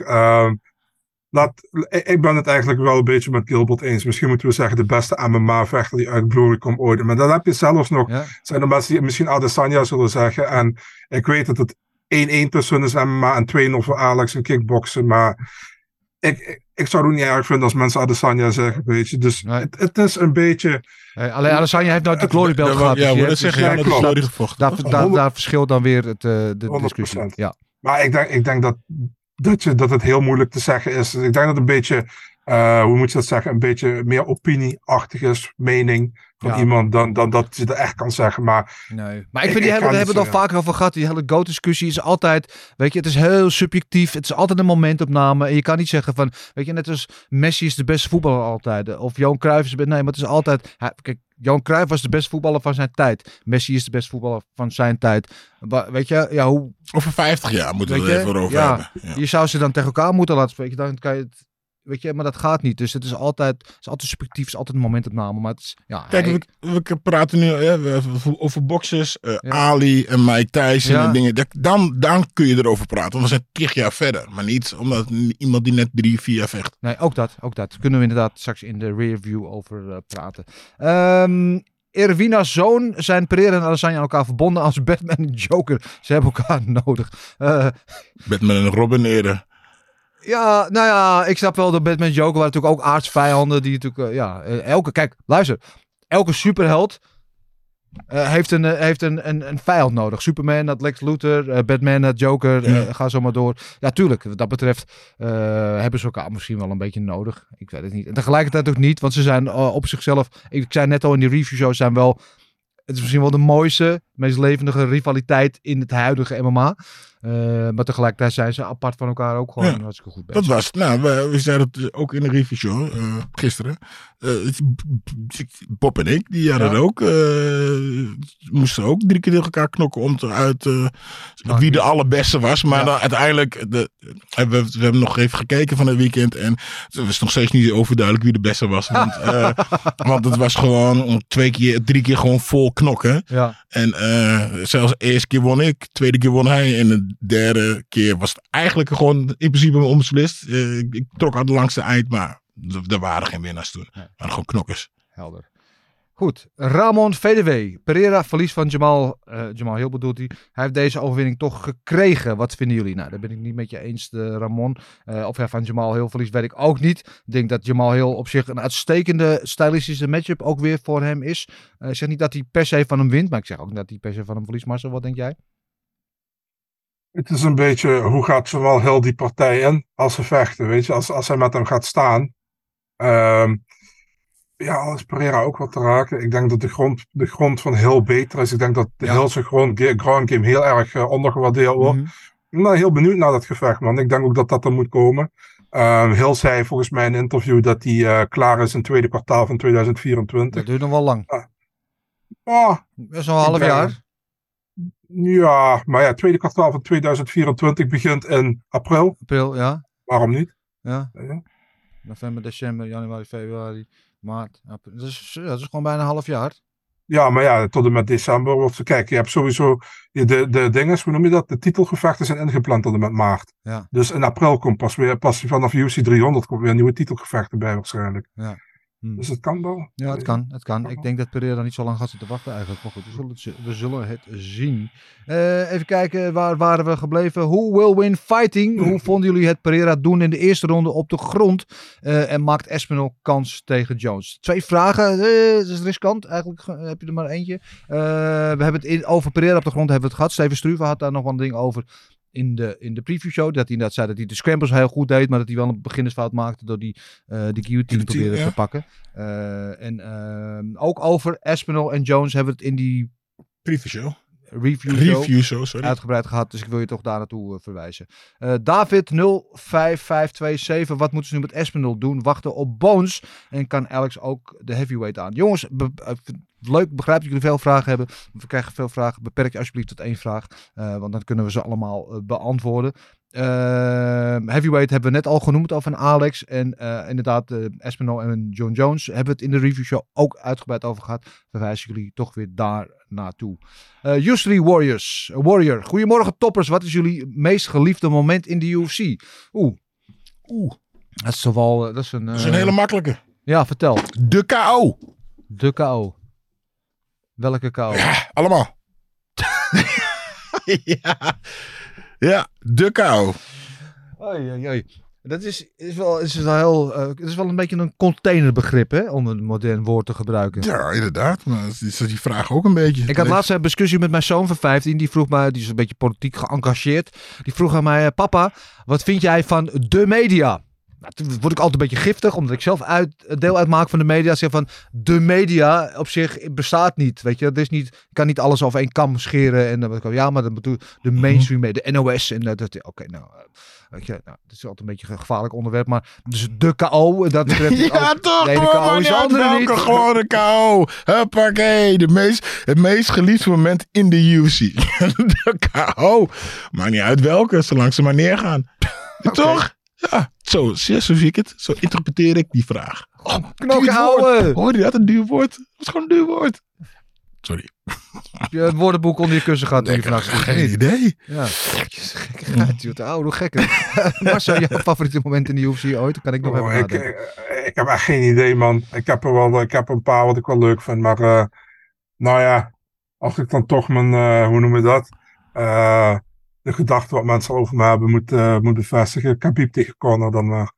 Ik ben het eigenlijk wel een beetje met Gilbert eens. Misschien moeten we zeggen de beste MMA-vechter die uit Glory komt ooit. Maar dan heb je zelfs nog... zijn er mensen die misschien Adesanya zullen zeggen. En ik weet dat het 1-1 tussen hun is MMA en 2-0 voor Alex en kickboksen. Maar ik zou het niet erg vinden als mensen Adesanya zeggen, weet je. Dus het is een beetje... alleen Adesanya heeft nooit de Glory belt gehad. Ja, dus dat zeggen. Ja, Glory gevochten. Daar verschilt dan weer de discussie. Ja. Maar ik denk dat dat het heel moeilijk te zeggen is. Dus ik denk dat het een beetje, hoe moet je dat zeggen, een beetje meer opinieachtig is, mening van iemand, dan dat je dat echt kan zeggen. Maar, nee. Maar ik vind we hebben het al vaker over gehad, die hele GOAT-discussie is altijd, weet je, het is heel subjectief, het is altijd een momentopname en je kan niet zeggen van, weet je, net als Messi is de beste voetballer altijd, of Johan Cruijff is de beste, nee, maar het is altijd, kijk, Johan Cruijff was de beste voetballer van zijn tijd. Messi is de beste voetballer van zijn tijd. Weet je, ja, hoe... Over 50 jaar moeten we het even over hebben. Ja. Je zou ze dan tegen elkaar moeten laten spreken. Dan kan je het... Weet je, maar dat gaat niet. Dus het is altijd subjectief. Het is altijd een momentopname. Maar het is, ja, kijk, we praten nu over boxers. Ali en Mike Tyson en dingen. Dan kun je erover praten. Want we zijn 10 jaar verder. Maar niet omdat iemand die net 3-4 jaar vecht. Nee, ook dat. Kunnen we inderdaad straks in de review over praten. Erwina's zoon zijn Pereira en Adesanya aan elkaar verbonden als Batman en Joker. Ze hebben elkaar nodig. Batman en Robin eerder. Ja, nou ja, ik snap wel dat Batman en Joker waren natuurlijk ook aardsvijanden die natuurlijk, kijk, luister, elke superheld heeft een vijand nodig. Superman had Lex Luthor, Batman had Joker, ga zo maar door. Ja, tuurlijk, wat dat betreft hebben ze elkaar misschien wel een beetje nodig. Ik weet het niet. En tegelijkertijd ook niet, want ze zijn op zichzelf, ik zei net al in die review show, zijn wel, het is misschien wel de mooiste, meest levendige rivaliteit in het huidige MMA. Maar tegelijkertijd zijn ze apart van elkaar ook gewoon hartstikke goed bezig. Dat was, we zeiden het ook in de review show gisteren. Bob en ik, die hadden ook, moesten ook 3 keer tegen elkaar knokken om te uit wie de allerbeste was. Maar dan uiteindelijk, we hebben nog even gekeken van het weekend en het was nog steeds niet overduidelijk wie de beste was. Want het was gewoon 3 keer gewoon vol knokken. Ja. En zelfs de eerste keer won ik, tweede keer won hij en de derde keer was het eigenlijk gewoon in principe onbeslist. Ik trok aan de langste eind, maar er waren geen winnaars toen. Er waren gewoon knokkers. Helder. Goed, Ramon VDW. Pereira, verlies van Jamal Hill bedoelt hij. Hij heeft deze overwinning toch gekregen. Wat vinden jullie? Nou, daar ben ik niet met je eens, Ramon. Of hij van Jamal Hill verlies, weet ik ook niet. Ik denk dat Jamal Hill op zich een uitstekende stylistische matchup ook weer voor hem is. Ik zeg niet dat hij per se van hem wint, maar ik zeg ook niet dat hij per se van hem verliest. Marcel, wat denk jij? Het is een beetje, hoe gaat Jamal Hill die partij in als ze vechten, weet je? Als hij met hem gaat staan. Als Pereira ook wat te raken. Ik denk dat de grond van Hill beter is. Ik denk dat Hill zijn ground game heel erg ondergewaardeerd wordt. Ik ben heel benieuwd naar dat gevecht, man. Ik denk ook dat er moet komen. Hill zei volgens mij in een interview dat hij klaar is in het tweede kwartaal van 2024. Dat duurt nog wel lang. Dat is al een half jaar. Ja, maar het tweede kwartaal van 2024 begint in april. Ja. Waarom niet? Ja. November, december, januari, februari, maart. April. Dat is gewoon bijna een half jaar. Ja, maar tot en met december wordt... Kijk, je hebt sowieso... De dingen, hoe noem je dat? De titelgevechten zijn ingepland tot en met maart. Ja. Dus in april komt pas vanaf UFC 300 komt weer nieuwe titelgevechten bij waarschijnlijk. Ja. Dus het kan wel. Ja, het kan. Ik denk dat Pereira niet zo lang gaat zitten wachten eigenlijk. Maar goed, we zullen het zien. Even kijken, waar waren we gebleven? Who will win fighting? Hoe vonden jullie het Pereira doen in de eerste ronde op de grond? En maakt Espinal kans tegen Jones? 2 vragen. Dat is riskant. Eigenlijk heb je er maar eentje. We hebben het over Pereira op de grond hebben we het gehad. Steven Struve had daar nog wel een ding over. In de preview show, dat hij inderdaad zei dat hij de scrambles heel goed deed, maar dat hij wel een beginnersfout maakte door die guillotine proberen te pakken. En ook over Espinal en Jones hebben we het in die review show uitgebreid gehad, dus ik wil je toch daar naartoe verwijzen. David 05527, wat moeten ze nu met Espinal doen? Wachten op Bones en kan Alex ook de heavyweight aan? Jongens, leuk, begrijp dat jullie veel vragen hebben. We krijgen veel vragen. Beperk je alsjeblieft tot 1 vraag. Want dan kunnen we ze allemaal beantwoorden. Heavyweight hebben we net al genoemd over Alex. En inderdaad, Espinal en John Jones hebben we het in de review show ook uitgebreid over gehad. Verwijzen jullie toch weer daar naartoe. Usry Warrior. Goedemorgen toppers. Wat is jullie meest geliefde moment in de UFC? Dat is toch wel... Dat is een hele makkelijke. Ja, vertel. De KO. De KO. Welke KO? Ja, allemaal. Ja, de KO. Oei. Dat is wel heel. Het is wel een beetje een containerbegrip, hè, om een modern woord te gebruiken. Ja, inderdaad. Maar is die vraag ook een beetje. Ik had laatst een discussie met mijn zoon van 15. Die vroeg mij, die is een beetje politiek geëngageerd. Die vroeg aan mij, papa, wat vind jij van de media? Nou, toen word ik altijd een beetje giftig, omdat ik zelf deel uitmaak van de media. Zeg van, de media op zich bestaat niet. Weet je, het is niet, ik kan niet alles over één kam scheren. En dan ja, maar dat bedoel de mainstream media, de NOS. En oké, nou, weet je, nou, dat is altijd een beetje een gevaarlijk onderwerp. Maar dus de KO, dat betreft. Ja, toch? De ene KO is de andere niet. Gewoon de KO. Huppakee. Het meest geliefde moment in de UFC. De KO. Maakt niet uit welke, zolang ze maar neergaan. Okay. Toch? Ja, zo zie ik het. Zo interpreteer ik die vraag. Knokken ouwe! Hoor je dat? Een duur woord? Dat is gewoon een duur woord. Sorry. Heb je het woordenboek onder je kussen gehad? Nee, geen idee. Ja. Gekkigheid, joh. Oude hoe gekker. Marcel, jouw favoriete moment in de UFC ooit? Kan ik nog even nadenken. Ik heb echt geen idee, man. Ik heb een paar wat ik wel leuk vind. Maar nou ja, als ik dan toch mijn, hoe noem je dat? De gedachte wat mensen over me hebben moet bevestigen. Khabib tegen Conor dan maar.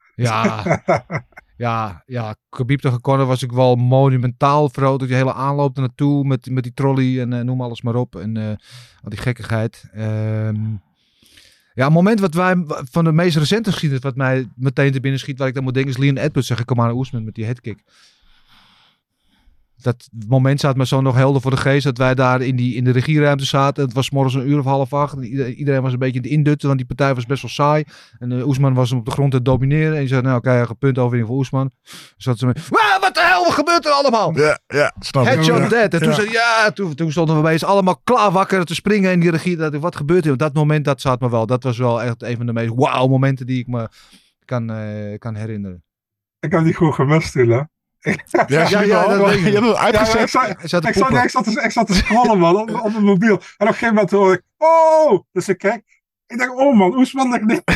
Ja, Khabib tegen Conor was ik wel monumentaal vergroot. Die hele aanloop ernaartoe met die trolley en noem alles maar op. En al die gekkigheid. Ja, een moment wat wij van de meest recente geschiedenis, wat mij meteen te binnen schiet, waar ik dan moet denken, is Leon Edwards tegen Kamaru Usman met die headkick. Dat moment staat me zo nog helder voor de geest dat wij daar in de regieruimte zaten. Het was 's morgens 7:30. Iedereen was een beetje in de indutten, want die partij was best wel saai. En Oesman was op de grond te domineren. En je zei, nou kijk, een puntoverwinning voor Oesman. Zat ze met, wat de hel, wat gebeurt er allemaal? Ja, snap ik. Headshot dead. En toen zei toen stonden we opeens allemaal klaar wakker te springen in die regie. Wat gebeurt er? Op dat moment, dat zat me wel. Dat was wel echt een van de meest wauw momenten die ik me kan herinneren. Ik heb die gewoon gemist toen, hè. Je hebt het uitgezet. Ik zat te scrollen, man, op mijn mobiel. En op een gegeven moment hoor ik, dus ik kijk. Ik denk, man, Oesman ligt niet.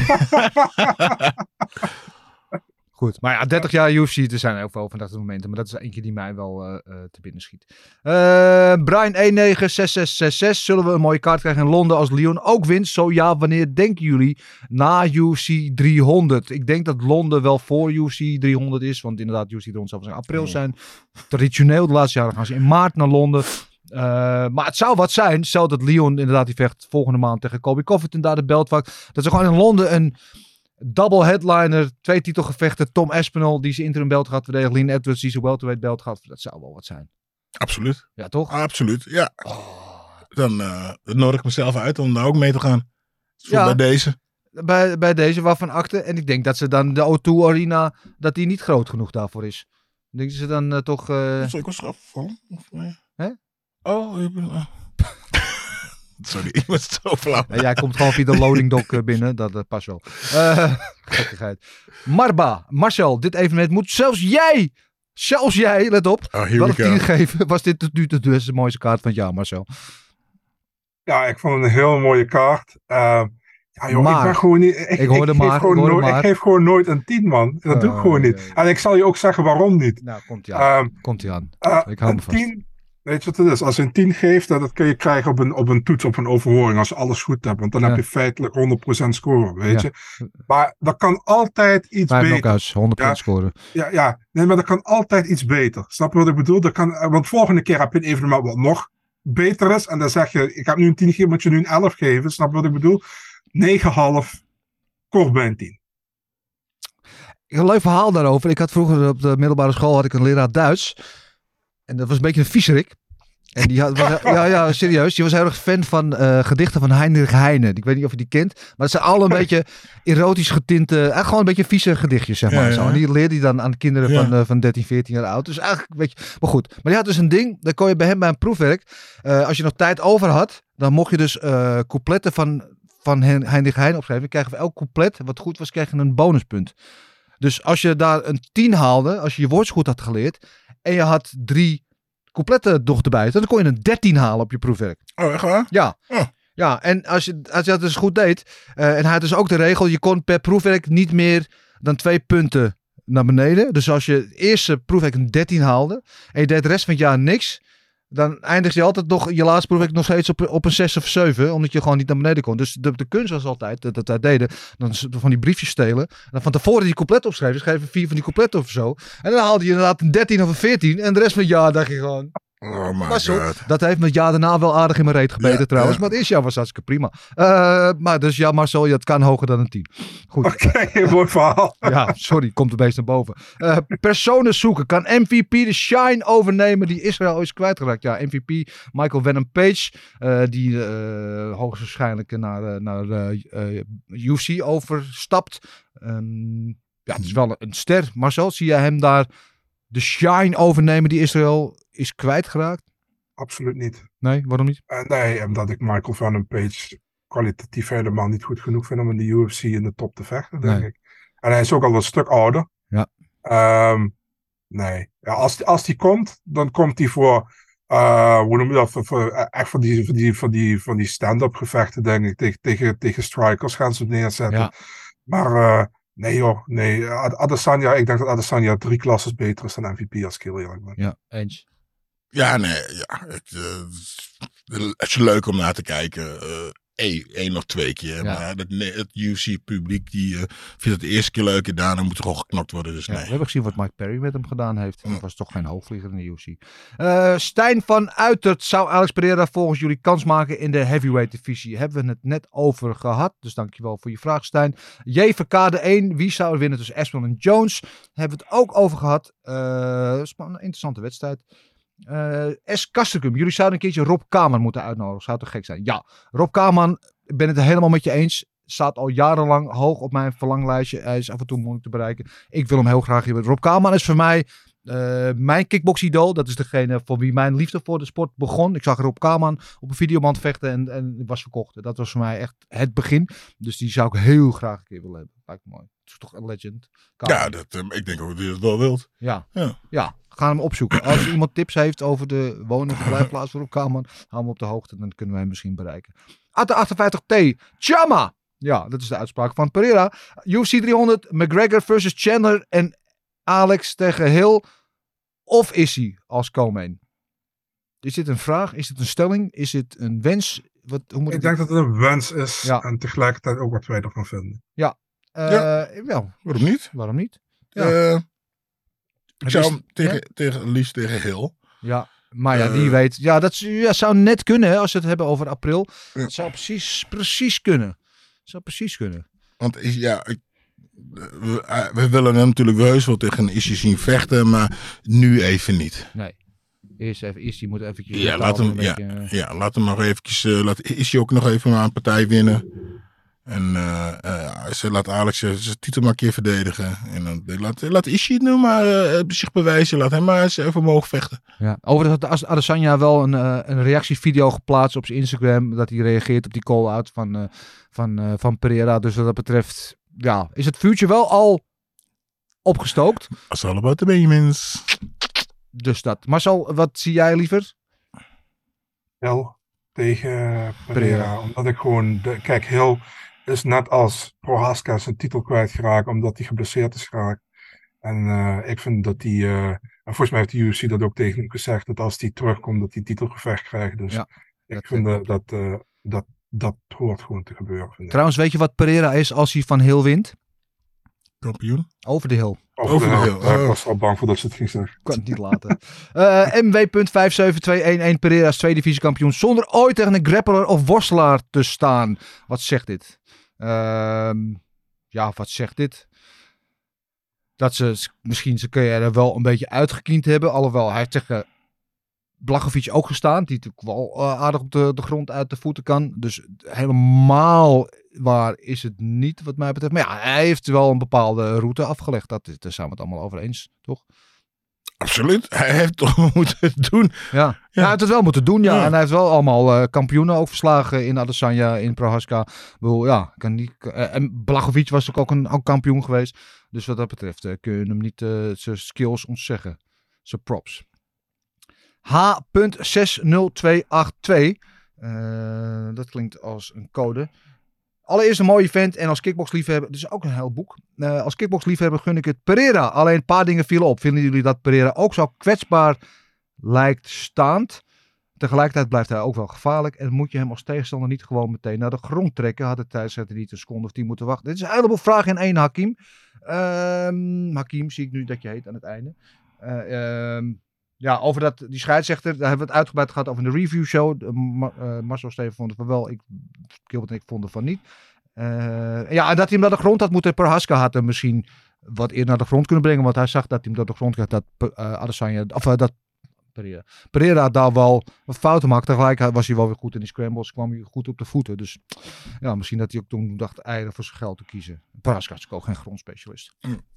Goed, maar ja, 30 jaar UFC, er zijn heel veel overdachte momenten. Maar dat is eentje die mij wel te binnen schiet. Brian 196666. Zullen we een mooie kaart krijgen in Londen als Leon ook wint? Zo ja, wanneer denken jullie na UFC 300? Ik denk dat Londen wel voor UFC 300 is. Want inderdaad, UFC 300 zal in april zijn. Traditioneel, de laatste jaren gaan ze in maart naar Londen. Maar het zou wat zijn. Stel dat Leon inderdaad die vecht volgende maand tegen Colby Covington daar de belt vakt. Dat ze gewoon in Londen een double headliner, 2 titelgevechten. Tom Aspinall die zijn interim belt gaat verdedigen. Leon Edwards die zijn welterweight belt gaat. Dat zou wel wat zijn. Absoluut. Ja, toch? Absoluut, ja. Dan nodig ik mezelf uit om daar ook mee te gaan. Bij deze. Bij deze waarvan akte. En ik denk dat ze dan de O2 Arena, dat die niet groot genoeg daarvoor is. Denk je ze dan toch... Sorry, ik was eraf gevallen. Hè? Sorry, ik was zo flauw. Ja, jij komt gewoon via de loading dock binnen. Dat past wel. Gekkigheid. Marcel, dit evenement moet zelfs jij, let op, wel een 10 geven. Was dit tot nu toe de mooiste kaart van het jaar, Marcel? Ja, ik vond het een heel mooie kaart. Ik ben gewoon niet... Ik geef gewoon nooit een 10, man. Dat doe ik gewoon niet. En ik zal je ook zeggen waarom niet. Nou, komt ie aan. Ik hou me vast. 10, weet je wat het is? Als je een 10 geeft, dat kun je krijgen op een toets, op een overhoring, als je alles goed hebt. Want dan heb je feitelijk 100% scoren, weet je. Maar dat kan altijd iets beter. 100% scoren. Ja. Nee, maar dat kan altijd iets beter. Snap je wat ik bedoel? Want volgende keer heb je een evenement wat nog beter is. En dan zeg je, ik heb nu een 10 gegeven, moet je nu een 11 geven. Snap je wat ik bedoel? 9,5, kort bij een 10. Een leuk verhaal daarover. Ik had vroeger op de middelbare school een leraar Duits. En dat was een beetje een viezerik. En die had, serieus. Die was heel erg fan van gedichten van Heinrich Heine. Ik weet niet of je die kent. Maar het zijn alle een beetje erotisch getinte, gewoon een beetje vieze gedichtjes, zeg maar. Zo. En die leerde hij dan aan de kinderen van 13, 14 jaar oud. Dus eigenlijk een beetje, maar goed. Maar die had dus een ding, dan kon je bij hem bij een proefwerk, als je nog tijd over had, dan mocht je dus coupletten van Heinrich Heine opschrijven. Dan krijg je voor elk couplet, wat goed was, krijg je een bonuspunt. Dus als je daar een 10 haalde, als je je woordsgoed had geleerd, en je had 3 coupletten nog erbij, dan kon je een 13 halen op je proefwerk. Oh, echt waar? Ja. Oh. Ja, en als je dat dus goed deed, en hij had dus ook de regel, je kon per proefwerk niet meer dan 2 punten naar beneden. Dus als je het eerste proefwerk een 13 haalde, en je deed de rest van het jaar niks, dan eindig je altijd nog, je laatste proef ik nog steeds op een 6 of 7, omdat je gewoon niet naar beneden kon. Dus de kunst was altijd, dat wij deden, dan van die briefjes stelen. En dan van tevoren die couplet opschrijven, schrijven 4 van die coupletten of zo. En dan haalde je inderdaad een 13 of een 14 en de rest van het jaar dacht je gewoon... Oh my god. Dat heeft me het jaar daarna wel aardig in mijn reet gebeten trouwens. Ja. Maar het eerste jaar was hartstikke prima. Maar dus ja, Marcel, het kan hoger dan een 10. Goed. Oké, mooi verhaal. Ja, sorry, komt er beest naar boven. Personen zoeken. Kan MVP de shine overnemen die Israël is kwijtgeraakt? Ja, MVP Michael Venom Page. Die hoogstwaarschijnlijk naar UFC overstapt. Ja, het is wel een ster. Marcel, zie jij hem daar de shine overnemen die Israël is kwijtgeraakt? Absoluut niet. Nee, waarom niet? Nee, omdat ik Michael Venom Page kwalitatief helemaal niet goed genoeg vind om in de UFC in de top te vechten, denk ik. En hij is ook al een stuk ouder. Ja. Nee. Ja, als die komt, dan komt hij voor, hoe noem je dat, echt van die stand-up gevechten, denk ik. Tegen strikers gaan ze neerzetten. Ja. Maar nee joh, nee. Adesanya, ik denk dat Adesanya 3 klassen beter is dan MVP, als ik heel eerlijk ben. Ja, eens. Ja, nee. Ja, het is leuk om naar te kijken. 1 of 2 keer. Ja. Maar het UFC-publiek die vindt het de eerste keer leuk en daarna moet er gewoon geknokt worden. Dus nee. We hebben gezien wat Mike Perry met hem gedaan heeft. Dat was toch geen hoogvlieger in de UFC. Stijn van Uitert, zou Alex Pereira volgens jullie kans maken in de heavyweight divisie? Hebben we het net over gehad. Dus dankjewel voor je vraag, Stijn. JVK de 1. Wie zou er winnen tussen Aspinall en Jones? Hebben we het ook over gehad. Een interessante wedstrijd. S. Kasterkum, jullie zouden een keertje Rob Kaman moeten uitnodigen. Zou toch gek zijn? Ja, Rob Kaman, ik ben het helemaal met je eens. Staat al jarenlang hoog op mijn verlanglijstje. Hij is af en toe moeilijk te bereiken. Ik wil hem heel graag hier. Rob Kaman is voor mij mijn kickbox-idool. Dat is degene voor wie mijn liefde voor de sport begon. Ik zag Rob Kaman op een videoband vechten en was verkocht. Dat was voor mij echt het begin. Dus die zou ik heel graag een keer willen hebben. Lijkt me mooi. Het is toch een legend. Kaman. Ja, ik denk ook dat hij het wel wilt. Ja. Ga hem opzoeken. Als iemand tips heeft over de woon- en verblijfplaats voor Rob Kaman, hou hem op de hoogte. Dan kunnen we hem misschien bereiken. AT58T. Chama. Ja, dat is de uitspraak van Pereira. UFC 300. McGregor versus Chandler en Alex tegen Hill. Of is hij als co-main? Is dit een vraag? Is het een stelling? Is het een wens? Ik denk dat het een wens is. Ja. En tegelijkertijd ook wat wij ervan vinden. Ja. Wel. Waarom niet? Waarom niet? Ja. Ik zou hem liefst tegen Hill. Ja, maar ja, wie weet. Ja, dat zou net kunnen, hè, als we het hebben over april. Ja. Het zou precies kunnen. Want we willen hem natuurlijk heus wel tegen een Issy zien vechten, maar nu even niet. Nee. Eerst even Issy moet eventjes... Ja, laat hem nog eventjes... laat Issy ook nog even maar een partij winnen. En laat Alex zijn titel maar een keer verdedigen. En dan laat Ishii het nu maar zich bewijzen. Laat hem maar eens even mogen vechten. Ja. Overigens had Adesanya wel een reactievideo geplaatst op zijn Instagram. Dat hij reageert op die call-out van Pereira. Dus wat dat betreft, ja, is het vuurtje wel al opgestookt. Als allemaal de Benjamins. Dus dat. Marcel, wat zie jij liever? Hill tegen Pereira. Omdat ik gewoon... Kijk, Hill is net als Prohaska zijn titel kwijtgeraakt omdat hij geblesseerd is geraakt. En ik vind dat hij... en volgens mij heeft de UFC dat ook tegen hem gezegd, dat als hij terugkomt, dat hij titelgevecht krijgt. Dus ja, ik vind dat hoort gewoon te gebeuren. Trouwens, weet je wat Pereira is als hij van Hill wint? Kampioen? Over de Hill. Over de Hill. Ik was al bang voor dat ze het ging zeggen. Ik kan het niet laten. MW.57211 Pereira's 2 divisiekampioen zonder ooit tegen een grappler of worstelaar te staan. Wat zegt dit? Wat zegt dit? Dat ze misschien zijn carrière wel een beetje uitgekiend hebben. Alhoewel, hij heeft tegen Blachowicz ook gestaan. Die natuurlijk wel aardig op de grond uit de voeten kan. Dus helemaal waar is het niet wat mij betreft. Maar ja, hij heeft wel een bepaalde route afgelegd. Daar zijn we het allemaal over eens, toch? Absoluut. Hij heeft toch moeten doen. Ja. Hij heeft het wel moeten doen, ja. En hij heeft wel allemaal kampioenen ook verslagen in Adesanya, in Prohaska. En Blachowicz was ook een kampioen geweest. Dus wat dat betreft kun je hem niet zijn skills ontzeggen. Zijn props. H.60282. Dat klinkt als een code. Allereerst een mooie vent en als kickboxliefhebber, dus ook een heel boek. Als kickboxliefhebber gun ik het Pereira. Alleen een paar dingen vielen op. Vinden jullie dat Pereira ook zo kwetsbaar lijkt staand? Tegelijkertijd blijft hij ook wel gevaarlijk. En moet je hem als tegenstander niet gewoon meteen naar de grond trekken. Had het tijdens niet een seconde of 10 moeten wachten. Dit is een heleboel vragen in één, Hakim. Hakim, zie ik nu dat je heet aan het einde. Over die scheidsrechter, daar hebben we het uitgebreid gehad over in de review show. Marcel Steven vond het van wel, Gilbert en ik vonden van niet. En dat hij hem naar de grond had moeten, Prohaska had hem misschien wat eerder naar de grond kunnen brengen. Want hij zag dat hij hem naar de grond kreeg, dat Pereira daar wel wat fouten maakte. Tegelijk was hij wel weer goed in die scrambles, kwam hij goed op de voeten. Dus ja, misschien dat hij ook toen dacht eieren voor zijn geld te kiezen. Prohaska is ook geen grondspecialist.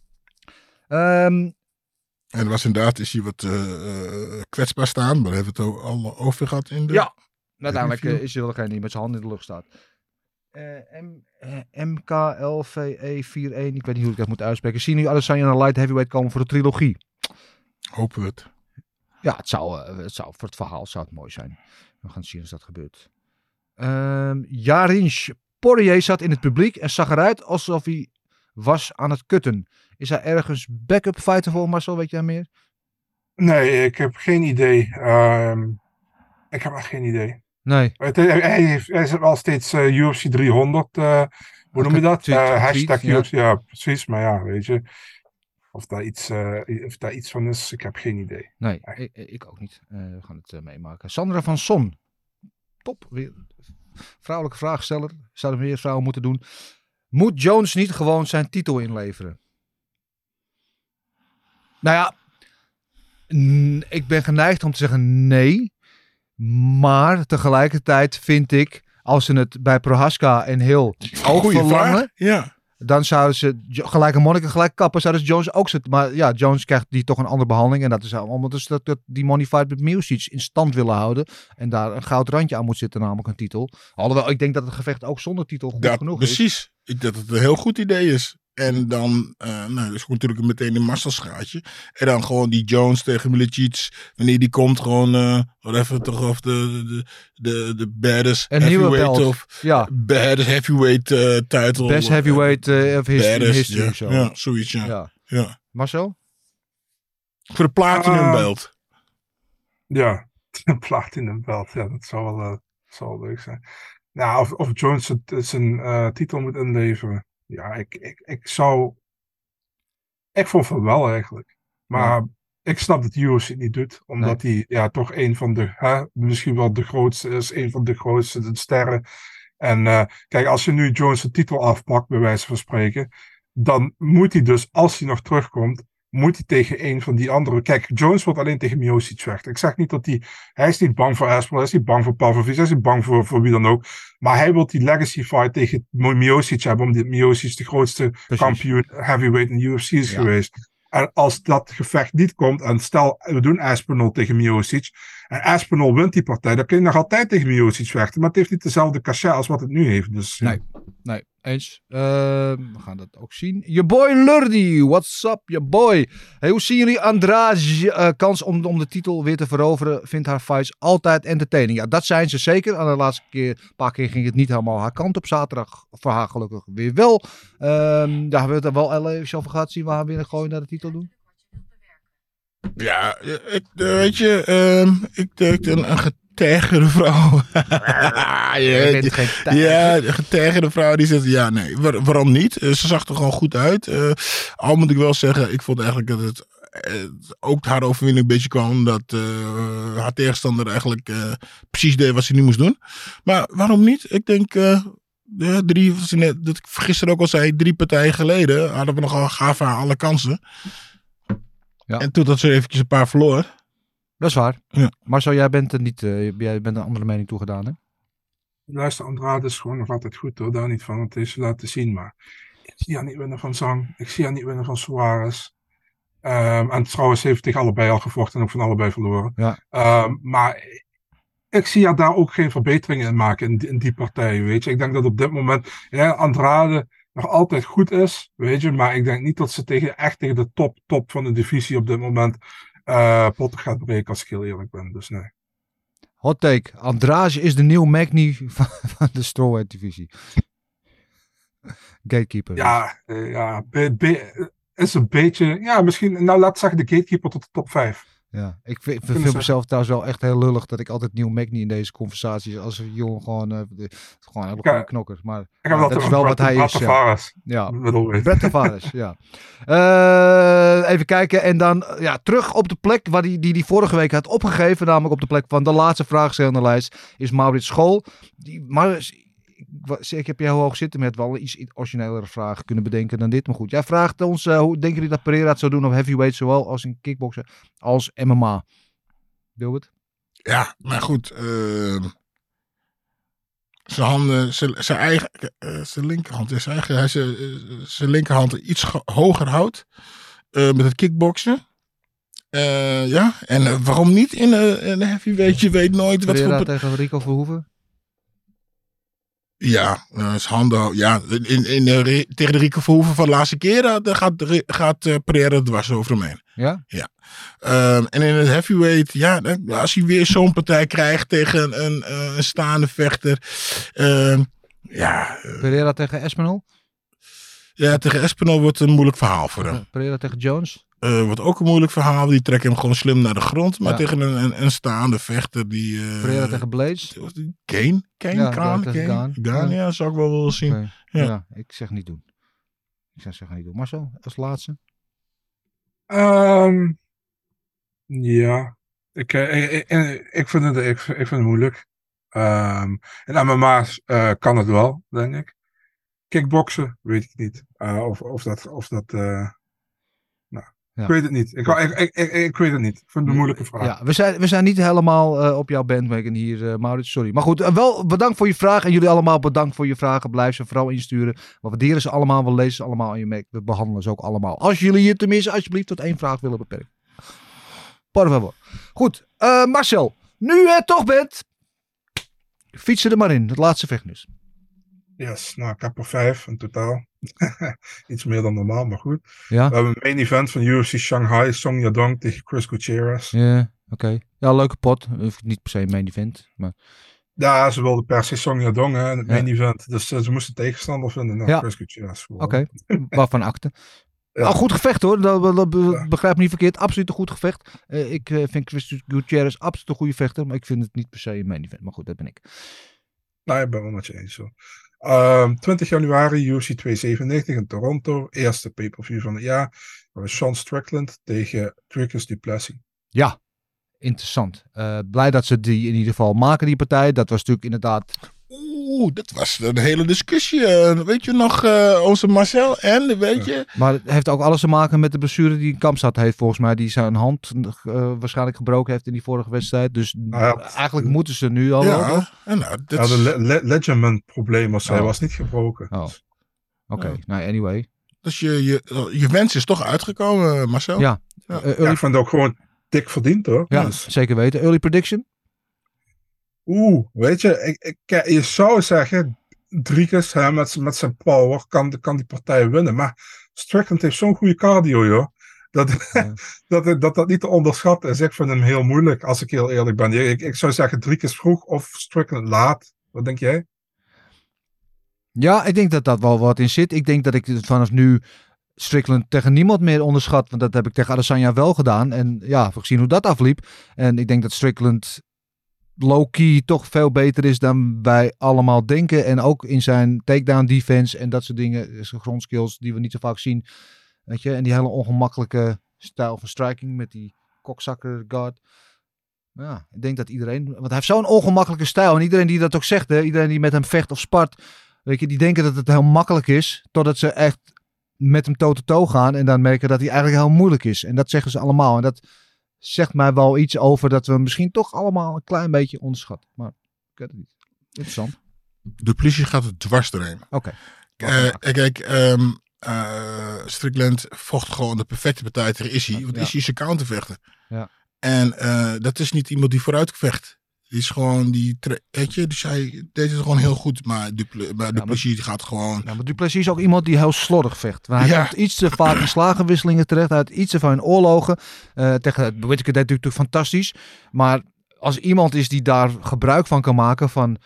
En er was inderdaad, is hij wat kwetsbaar staan, maar hebben we het al over gehad in de... Ja, uiteindelijk is hij wel degene die met zijn handen in de lucht staat. MKLVE41, ik weet niet hoe ik dat moet uitspreken. Zien nu Adesanya naar light heavyweight komen voor de trilogie? Hopen we het. Ja, het zou voor het verhaal zou het mooi zijn. We gaan zien als dat gebeurt. Jarinch Poirier zat in het publiek en zag eruit alsof hij was aan het kutten. Is hij ergens backup fighter voor, Marcel? Weet jij meer? Nee, ik heb geen idee. Ik heb echt geen idee. Nee. Hij is wel steeds UFC 300. Hoe noem je dat? Hashtag UFC. Ja, precies. Maar ja, weet je. Of daar iets van is, ik heb geen idee. Nee, ik ook niet. We gaan het meemaken. Sandra van Son. Top. Weer vrouwelijke vraagsteller. Zouden meer vrouwen moeten doen. Moet Jones niet gewoon zijn titel inleveren? Nou ja, ik ben geneigd om te zeggen nee. Maar tegelijkertijd vind ik, als ze het bij Prohaska en Hill ook verlangen, dan zouden ze gelijk een monniken gelijk kappen. Zouden ze Jones ook zetten. Maar ja, Jones krijgt die toch een andere behandeling. En dat is allemaal dus dat die money fight met Miocic in stand willen houden. En daar een goud randje aan moet zitten, namelijk een titel. Alhoewel, ik denk dat het gevecht ook zonder titel goed genoeg is. Precies. Ik denk dat het een heel goed idee is. En dan is natuurlijk meteen een Marcel-schaatje. En dan gewoon die Jones tegen Miocic. Wanneer die komt, gewoon even toch of de baddest heavyweight of baddest heavyweight title. Best heavyweight of history. Ja, zoiets, ja. Marcel? Voor de platinum belt. Ja, een platinum belt. Ja, dat zou wel leuk zijn. Nou, of Jones zijn titel moet inleveren. Ja, ik vond van wel eigenlijk. Maar ik snap dat UFC het niet doet. Omdat hij toch een van de, misschien wel de grootste is. Een van de grootste sterren. En kijk, als je nu Jones de titel afpakt, bij wijze van spreken. Dan moet hij dus, als hij nog terugkomt, moet hij tegen een van die anderen. Kijk, Jones wordt alleen tegen Miocic vechten. Ik zeg niet dat hij is niet bang voor Aspinall, hij is niet bang voor Pavlovich, hij is niet bang voor wie dan ook. Maar hij wil die legacy fight tegen Miocic hebben, omdat Miocic de grootste kampioen heavyweight in de UFC is geweest. En als dat gevecht niet komt, en stel we doen Aspinall tegen Miocic, en Aspinall wint die partij, dan kun je nog altijd tegen Miocic vechten, maar het heeft niet dezelfde cachet als wat het nu heeft. Dus, nee, eens. We gaan dat ook zien. Je boy Lurdy, what's up, je boy? Hey, hoe zien jullie Andrade kans om de titel weer te veroveren? Vindt haar fights altijd entertaining? Ja, dat zijn ze zeker. Aan de laatste paar keer ging het niet helemaal haar kant op. Zaterdag voor haar gelukkig weer wel. Daar hebben we het er wel even over gehad. Zien we haar weer gooien naar de titel doen? Ja, weet je, ik denk een getergerde vrouw. Een getergerde vrouw die zegt, ja nee, waarom niet? Ze zag er gewoon goed uit. Al moet ik wel zeggen, ik vond eigenlijk dat het ook haar overwinning een beetje kwam, dat haar tegenstander eigenlijk precies deed wat ze niet moest doen. Maar waarom niet? Ik denk, dat ik gisteren ook al zei, 3 partijen geleden hadden we nogal gaven haar alle kansen. Ja. En toen dat ze eventjes een paar verloor. Dat is waar. Ja. Marcel, jij bent jij bent een andere mening toegedaan, hè? Luister, Andrade is gewoon nog altijd goed hoor, daar niet van. Het is laten zien, maar ik zie haar niet winnen van Zhang. Ik zie haar niet winnen van Suarez. En trouwens heeft tegen allebei al gevochten en ook van allebei verloren. Ja. Maar ik zie haar daar ook geen verbeteringen in maken in die partij, weet je. Ik denk dat op dit moment Andrade nog altijd goed is, weet je. Maar ik denk niet dat ze tegen de top van de divisie op dit moment potten gaat breken, als ik heel eerlijk ben. Dus nee. Hot take. Andrade is de nieuwe Magny van de strawweight divisie. Gatekeeper. Ja, is een beetje, ja, misschien, nou laat zeggen de gatekeeper tot de top 5. Ja, ik vind mezelf trouwens wel echt heel lullig dat ik altijd Neil Magny in deze conversaties als een jongen gewoon een goede knokker. Maar dat is wel wat hij is. Ja. Brett Tavares, ja. Even kijken en dan terug op de plek waar die vorige week had opgegeven, namelijk op de plek van de laatste vraagstellende lijst, is Maurits School. Ik heb je heel hoog zitten met wel een iets originelere vraag kunnen bedenken dan dit. Maar goed, jij vraagt ons, hoe denken jullie dat Pereira het zou doen op heavyweight, zowel als in kickboksen als MMA? Wilbert? Ja, maar goed. Zijn handen, zijn linkerhand, zijn linkerhand iets hoger houdt met het kickboksen. En waarom niet in de heavyweight? Je weet nooit wat Pereira tegen Rico Verhoeven? Ja, zijn handen. Ja, tegen de Rico Verhoeven van de laatste keer gaat Pereira dwars over hem heen. Ja? Ja. En in het heavyweight, als hij weer zo'n partij krijgt tegen een staande vechter. Pereira tegen Espinol? Ja, tegen Espinol wordt een moeilijk verhaal voor hem. Pereira tegen Jones? Wordt ook een moeilijk verhaal. Die trekken hem gewoon slim naar de grond. Maar tegen een staande vechter die... Pereira tegen Blades? Kane? Gaan. Ja, zou ik wel willen zien. Okay. Ja, ik zeg niet doen. Marcel, als laatste? Ja. Ik vind het moeilijk. In MMA's kan het wel, denk ik. Kickboksen, weet ik niet. Of dat Ja. Ik weet het niet. Ik weet het niet. Ik vind het een moeilijke vraag. Ja, we zijn niet helemaal op jouw bandwagon hier, Maurits. Sorry. Maar goed, wel bedankt voor je vraag. En jullie allemaal bedankt voor je vragen. Blijf ze vooral insturen. We waarderen ze allemaal. We lezen ze allemaal. En je merkt, we behandelen ze ook allemaal. Als jullie hier tenminste alsjeblieft tot 1 vraag willen beperken. Por favor. Goed. Marcel, nu je er toch bent, fietsen er maar in. Het laatste vechtnieuws. Yes, nou, ik heb er 5 in totaal. Iets meer dan normaal, maar goed. Ja? We hebben een main event van UFC Shanghai. Song Yadong tegen Chris Gutierrez. Ja, oké. Ja, leuke pot. Niet per se een main event. Maar... Ja, ze wilden per se Song Yadong in het main event. Dus ze moesten tegenstander vinden. Nou, Chris Gutierrez. Oké, waarvan akte. Ja. Oh, goed gevecht hoor. Dat begrijp me niet verkeerd. Absoluut een goed gevecht. Ik vind Chris Gutierrez absoluut een goede vechter. Maar ik vind het niet per se een main event. Maar goed, dat ben ik. Nou, ik ben wel met je eens. Zo. 20 januari UFC 297 in Toronto. Eerste pay-per-view van het jaar. Sean Strickland tegen Dricus du Plessis. Ja, interessant. Blij dat ze die in ieder geval maken, die partij. Dat was natuurlijk inderdaad... dat was een hele discussie. Weet je nog, onze Marcel en weet je... Maar het heeft ook alles te maken met de blessure die Kamsat heeft volgens mij. Die zijn hand waarschijnlijk gebroken heeft in die vorige wedstrijd. Dus eigenlijk moeten ze nu al... de Legion probleem was, hij was niet gebroken. Oké, nou anyway. Dus je wens is toch uitgekomen, Marcel? Ja. Ik vond het ook gewoon dik verdiend hoor. Ja, dus. Zeker weten. Early prediction? Weet je, je zou zeggen, Dricus met zijn power kan die partij winnen. Maar Strickland heeft zo'n goede cardio, joh. Dat niet te onderschatten is. Ik vind hem heel moeilijk, als ik heel eerlijk ben. Ik zou zeggen Dricus vroeg of Strickland laat. Wat denk jij? Ja, ik denk dat dat wel wat in zit. Ik denk dat ik vanaf nu Strickland tegen niemand meer onderschat. Want dat heb ik tegen Adesanya wel gedaan. En ja, gezien hoe dat afliep. En ik denk dat Strickland low-key toch veel beter is dan wij allemaal denken. En ook in zijn takedown defense en dat soort dingen. Zijn grondskills die we niet zo vaak zien. Weet je? En die hele ongemakkelijke stijl van striking met die kokzakker guard. Ja, ik denk dat iedereen... Want hij heeft zo'n ongemakkelijke stijl. En iedereen die dat ook zegt, hè, iedereen die met hem vecht of spart, weet je, die denken dat het heel makkelijk is. Totdat ze echt met hem toe-to-toe gaan. En dan merken dat hij eigenlijk heel moeilijk is. En dat zeggen ze allemaal. En dat zegt mij wel iets over dat we misschien toch allemaal een klein beetje onderschatten. Maar ik weet het niet. Interessant. De politie gaat het dwars erheen. Oké. Kijk, Strickland vocht gewoon de perfecte partij tegen Issy. Want Issy is een countervechter. Ja. En dat is niet iemand die vooruit vecht. Die is gewoon, weet je, dus hij deed het gewoon heel goed. Maar Duplessis gaat gewoon... Ja, maar Duplessis is ook iemand die heel slordig vecht. Hij komt iets te vaak in slagenwisselingen terecht. Hij had iets te vaak in oorlogen. Tegen Whittaker deed natuurlijk fantastisch. Maar als iemand is die daar gebruik van kan maken van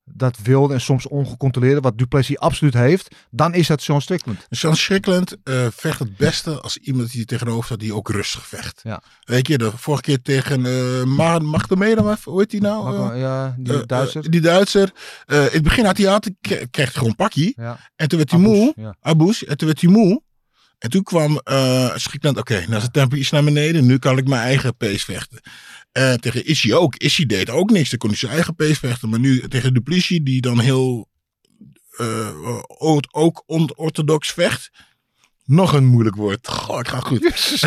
dat wilde en soms ongecontroleerde, wat Duplessis absoluut heeft, dan is dat Sean Strickland. Sean Strickland vecht het beste als iemand die tegenover staat die ook rustig vecht. Ja. Weet je, de vorige keer tegen Magdemeda, hoe heet die nou? Die Duitser. Die Duitser. In het begin kreeg hij gewoon een pakje. Ja. En toen werd hij moe. Abus. En toen werd hij moe. En toen kwam Strickland, nou is het tempo iets naar beneden. Nu kan ik mijn eigen pace vechten. Tegen Ishii ook. Ishii deed ook niks. Dan kon hij zijn eigen pace vechten. Maar nu tegen Duplessis, die dan heel ook onorthodox vecht. Nog een moeilijk woord. Goh, ik ga goed.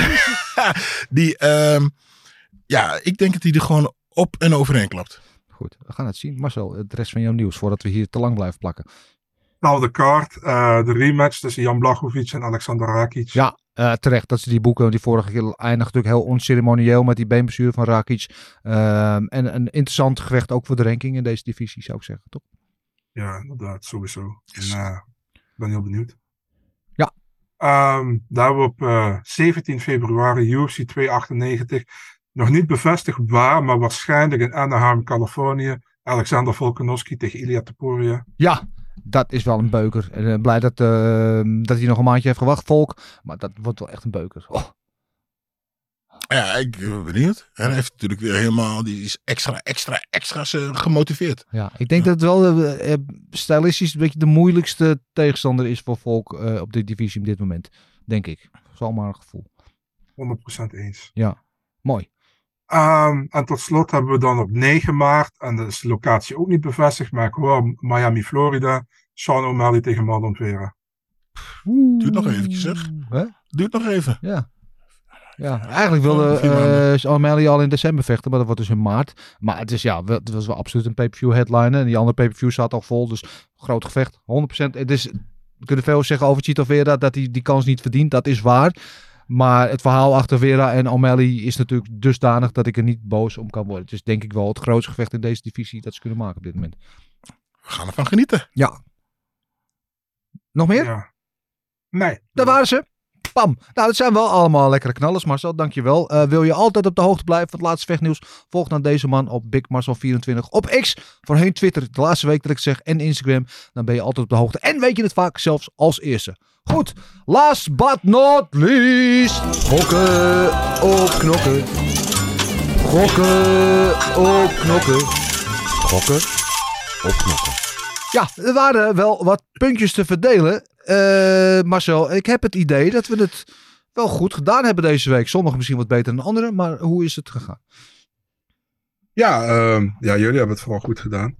Ik denk dat hij er gewoon op en overheen klapt. Goed, we gaan het zien. Marcel, het rest van jouw nieuws, voordat we hier te lang blijven plakken. Nou, de kaart, de rematch tussen Jan Blachowicz en Alexander Rakic. Ja, terecht dat ze die boeken, die vorige keer eindigt natuurlijk heel onceremonieel met die beenblessure van Rakic. En een interessant gevecht ook voor de ranking in deze divisie, zou ik zeggen, toch? Ja, inderdaad, sowieso. Yes. En, ik ben heel benieuwd. Ja. Daar hebben we op 17 februari UFC 298, nog niet bevestigd waar, maar waarschijnlijk in Anaheim, Californië, Alexander Volkanovski tegen Ilia Topuria. Ja. Dat is wel een beuker. En blij dat hij nog een maandje heeft gewacht, Volk. Maar dat wordt wel echt een beuker. Oh. Ja, ik ben benieuwd. Hij heeft natuurlijk weer helemaal, die is extra gemotiveerd. Ja, ik denk dat het wel stylistisch een beetje de moeilijkste tegenstander is voor Volk op de divisie op dit moment. Denk ik. Dat is wel maar een gevoel. 100% eens. Ja, mooi. En tot slot hebben we dan op 9 maart, en dat is de locatie ook niet bevestigd, maar ik hoor Miami, Florida, Sean O'Malley tegen Marlon Vera. Duurt nog eventjes, zeg. Duurt nog even. Ja, eigenlijk wilde O'Malley al in december vechten, maar dat wordt dus in maart. Maar het is het was wel absoluut een pay-per-view headliner. En die andere pay-per-view zat al vol, dus groot gevecht, 100%. We kunnen veel zeggen over Chito Vera, dat hij die kans niet verdient, dat is waar. Maar het verhaal achter Vera en O'Malley is natuurlijk dusdanig dat ik er niet boos om kan worden. Het is denk ik wel het grootste gevecht in deze divisie dat ze kunnen maken op dit moment. We gaan ervan genieten. Ja. Nog meer? Ja. Nee. Daar waren ze. Pam. Nou, dat zijn wel allemaal lekkere knallers, Marcel. Dankjewel. Wil je altijd op de hoogte blijven van het laatste vechtnieuws? Volg dan deze man op BigMarcel24 op X. Voorheen Twitter, de laatste week dat ik zeg. En Instagram. Dan ben je altijd op de hoogte. En weet je het vaak zelfs als eerste. Goed, last but not least. Gokken op knokken. Gokken op knokken. Gokken op knokken. Ja, er waren wel wat puntjes te verdelen. Marcel, ik heb het idee dat we het wel goed gedaan hebben deze week. Sommigen misschien wat beter dan anderen, maar hoe is het gegaan? Ja, jullie hebben het vooral goed gedaan.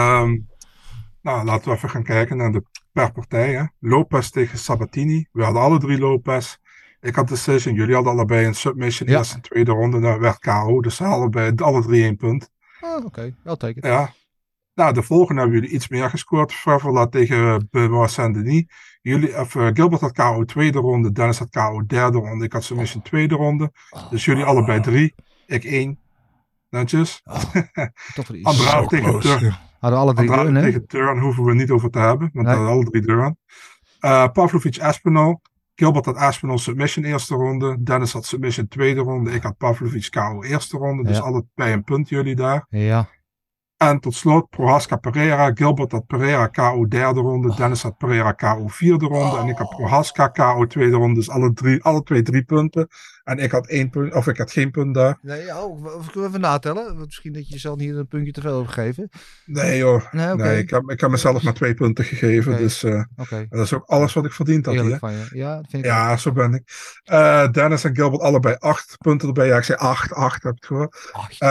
Nou, laten we even gaan kijken naar de per partij. Hè. Lopez tegen Sabatini. We hadden alle 3 Lopez. Ik had decision. Jullie hadden allebei een submission. Eerste en tweede ronde. Nou, werd KO. Dus ze allebei alle 3 1 punt. Oké. I'll take it. Ja. Nou, de volgende hebben jullie iets meer gescoord. Favola tegen Benoit Saint-Denis. Gilbert had KO tweede ronde. Dennis had KO derde ronde. Ik had submission tweede ronde. Dus jullie allebei 3. Ik 1. Netjes. Andrade tegen Turn. Hadden alle 3 Andrade tegen Turn hoeven we niet over te hebben. Want we hadden alle 3 Turn. Pavlovic Aspinall. Gilbert had Aspinall submission eerste ronde. Dennis had submission tweede ronde. Ik had Pavlovic KO eerste ronde. Dus allebei een punt jullie daar. Ja. En tot slot Prohaska Pereira. Gilbert had Pereira KO derde ronde. Dennis had Pereira KO vierde ronde. En ik had Prohaska KO tweede ronde. Dus alle twee 3 punten. En ik had 1 punt, of ik had geen punt daar. Nee, kunnen we even natellen? Misschien dat je jezelf hier een puntje te veel hebt gegeven. Nee joh. Nee, ik heb mezelf maar 2 punten gegeven. Okay. Dus dat is ook alles wat ik verdiend had hier. Van je. Ja, dat vind ik ja, zo ben ik. Dennis en Gilbert allebei 8 punten erbij. Ja, ik zei 8 heb ik het gehoord.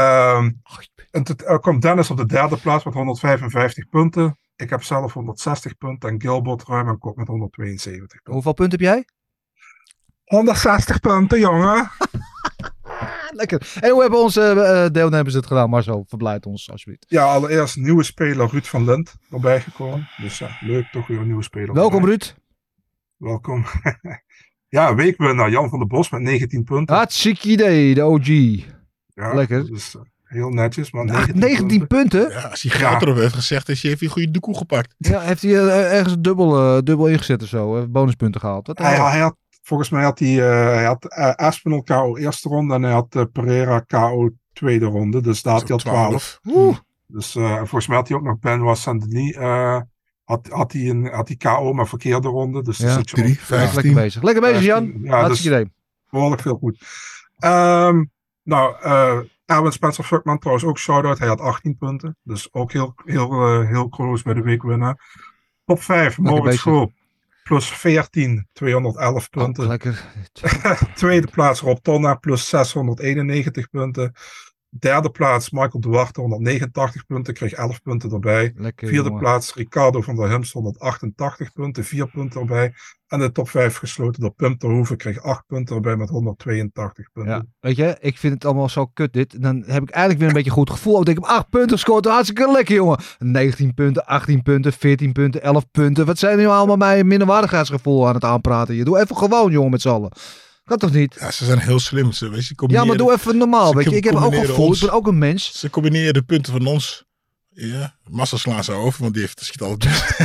En toen komt Dennis op de derde plaats met 155 punten. Ik heb zelf 160 punten en Gilbert ruim aan kop met 172 punten. Hoeveel punten heb jij? 160 punten, jongen. Lekker. En hoe hebben onze deelnemers het gedaan, Marcel? Verblijd ons, alsjeblieft. Ja, allereerst nieuwe speler Ruud van Lint erbij gekomen. Dus leuk, toch weer een nieuwe speler. Welkom, erbij. Ruud. Welkom. Ja, weekwinnaar Jan van der Bos met 19 punten. Hartstikke idee, de OG. Ja, lekker. Dus heel netjes, maar 19 punten? Ja, als hij geld erop heeft gezegd, is hij heeft een goede doekoe gepakt. Ja, heeft hij ergens dubbel ingezet of zo? Bonuspunten gehaald? Hij had, volgens mij had hij Aspinall KO eerste ronde en hij had Pereira KO tweede ronde. Dus daar had hij al 12. Dus volgens mij had hij ook nog Benoit Saint-Denis. Had hij KO, maar verkeerde ronde. Dus Ja, 3, 15. Lekker bezig, Jan. Ja, Hartstikke idee. Behoorlijk veel goed. Erwin Spencer Fuckman trouwens ook shout-out. Hij had 18 punten. Dus ook heel close bij de weekwinnaar. Top 5, Maurits Schoop. Plus 14, 211 punten. Oh, lekker. Tweede plaats Rob Tonna, plus 691 punten. Derde plaats Michael Duarte, 189 punten, kreeg 11 punten erbij. Lekker, Vierde jongen. plaats Ricardo van der Humst, 188 punten, 4 punten erbij. En de top 5 gesloten door Pim Terhoeven, kreeg 8 punten erbij met 182 punten. Ja, weet je, ik vind het allemaal zo kut dit. Dan heb ik eigenlijk weer een beetje goed gevoel. Ik denk, 8 punten gescoord, hartstikke lekker, jongen. 19 punten, 18 punten, 14 punten, 11 punten. Wat zijn nu allemaal mijn minderwaardigheidsgevoel aan het aanpraten? Je doe even gewoon, jongen, met z'n allen. Kan toch niet? Ja, ze zijn heel slim. Ja, maar doe even normaal, weet je. Ik heb ook gevoel, ik ben ook een mens. Ze combineren de punten van ons. Ja, Massa slaan ze over, want die schiet altijd.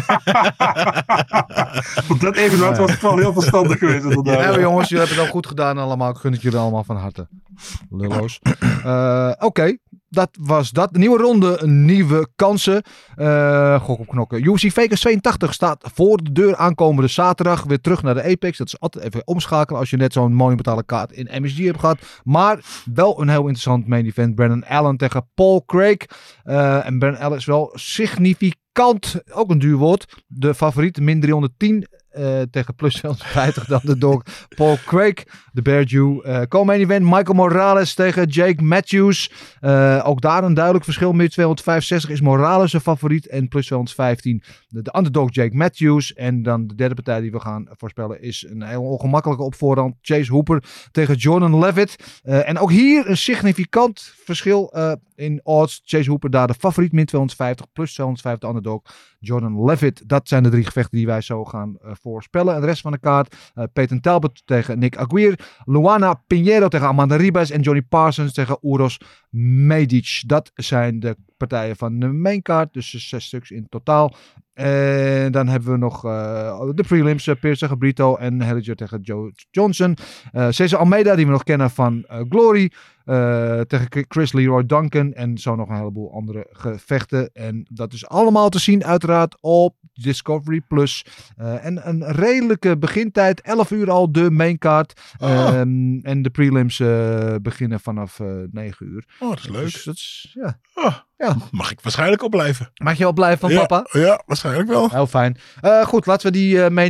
Op dat evenement was het wel heel verstandig geweest. Ja, jongens, jullie hebben het ook goed gedaan allemaal. Ik gun het jullie allemaal van harte. Lulloos. Oké, dat was dat. Nieuwe ronde, nieuwe kansen. Gok op knokken. UFC Vegas 82 staat voor de deur aankomende zaterdag. Weer terug naar de Apex. Dat is altijd even omschakelen als je net zo'n monumentale kaart in MSG hebt gehad. Maar wel een heel interessant main event. Brandon Allen tegen Paul Craig. En Brandon Allen is wel significant, ook een duur woord, de favoriet. Min 310 tegen plus 250 dan de dog Paul Craig, de Bear Jew. Co-main event Michael Morales tegen Jake Matthews. Ook daar een duidelijk verschil. Min 265 is Morales de favoriet en plus 215 de underdog Jake Matthews. En dan de derde partij die we gaan voorspellen is een heel ongemakkelijke op voorhand. Chase Hooper tegen Jordan Leavitt. En ook hier een significant verschil in odds. Chase Hooper daar de favoriet, min 250, plus 250 de underdog Jordan Leavitt. Dat zijn de 3 gevechten die wij zo gaan voorspellen. En de rest van de kaart, Peyton Talbot tegen Nick Aguirre, Luana Pinheiro tegen Amanda Ribas en Johnny Parsons tegen Uros Medic. Dat zijn de partijen van de main kaart, dus 6 stuks in totaal. En dan hebben we nog de prelims, Pierce tegen Brito en Helliger tegen Joe Johnson. Cesar Almeida, die we nog kennen van Glory, tegen Chris Leroy Duncan en zo nog een heleboel andere gevechten. En dat is allemaal te zien uiteraard op Discovery Plus. En een redelijke begintijd, 11 uur al de mainkaart. En de prelims beginnen vanaf 9 uur. Oh, dat is leuk. Dus dat is, ja. Ja. Mag ik waarschijnlijk opblijven. Mag je opblijven van papa? Ja, waarschijnlijk wel. Heel fijn. Goed, laten we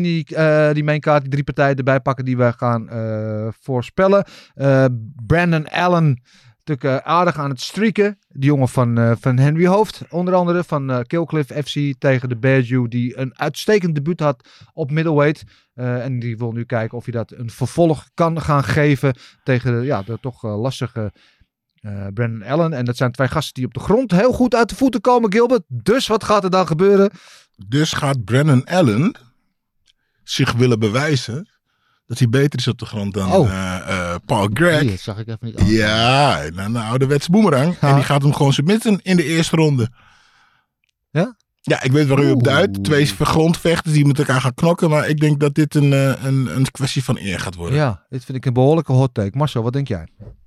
die mainkaart, die 3 partijen erbij pakken die we gaan voorspellen. Brandon Allen, natuurlijk aardig aan het streaken. Die jongen van Henry Hoofd, onder andere van Killcliff FC tegen de Bear Jew, die een uitstekend debuut had op middleweight. En die wil nu kijken of hij dat een vervolg kan gaan geven tegen de toch lastige Brandon Allen. En dat zijn 2 gasten die op de grond heel goed uit de voeten komen, Gilbert. Dus wat gaat er dan gebeuren? Dus gaat Brandon Allen zich willen bewijzen dat hij beter is op de grond dan Paul Craig. Dat zag ik even niet aan. Ja, een ouderwetse boemerang. Ja. En die gaat hem gewoon submitten in de eerste ronde. Ja? Ja, ik weet waar u op duidt. 2 grondvechters die met elkaar gaan knokken. Maar ik denk dat dit een kwestie van eer gaat worden. Ja, dit vind ik een behoorlijke hot take. Marcel, wat denk jij?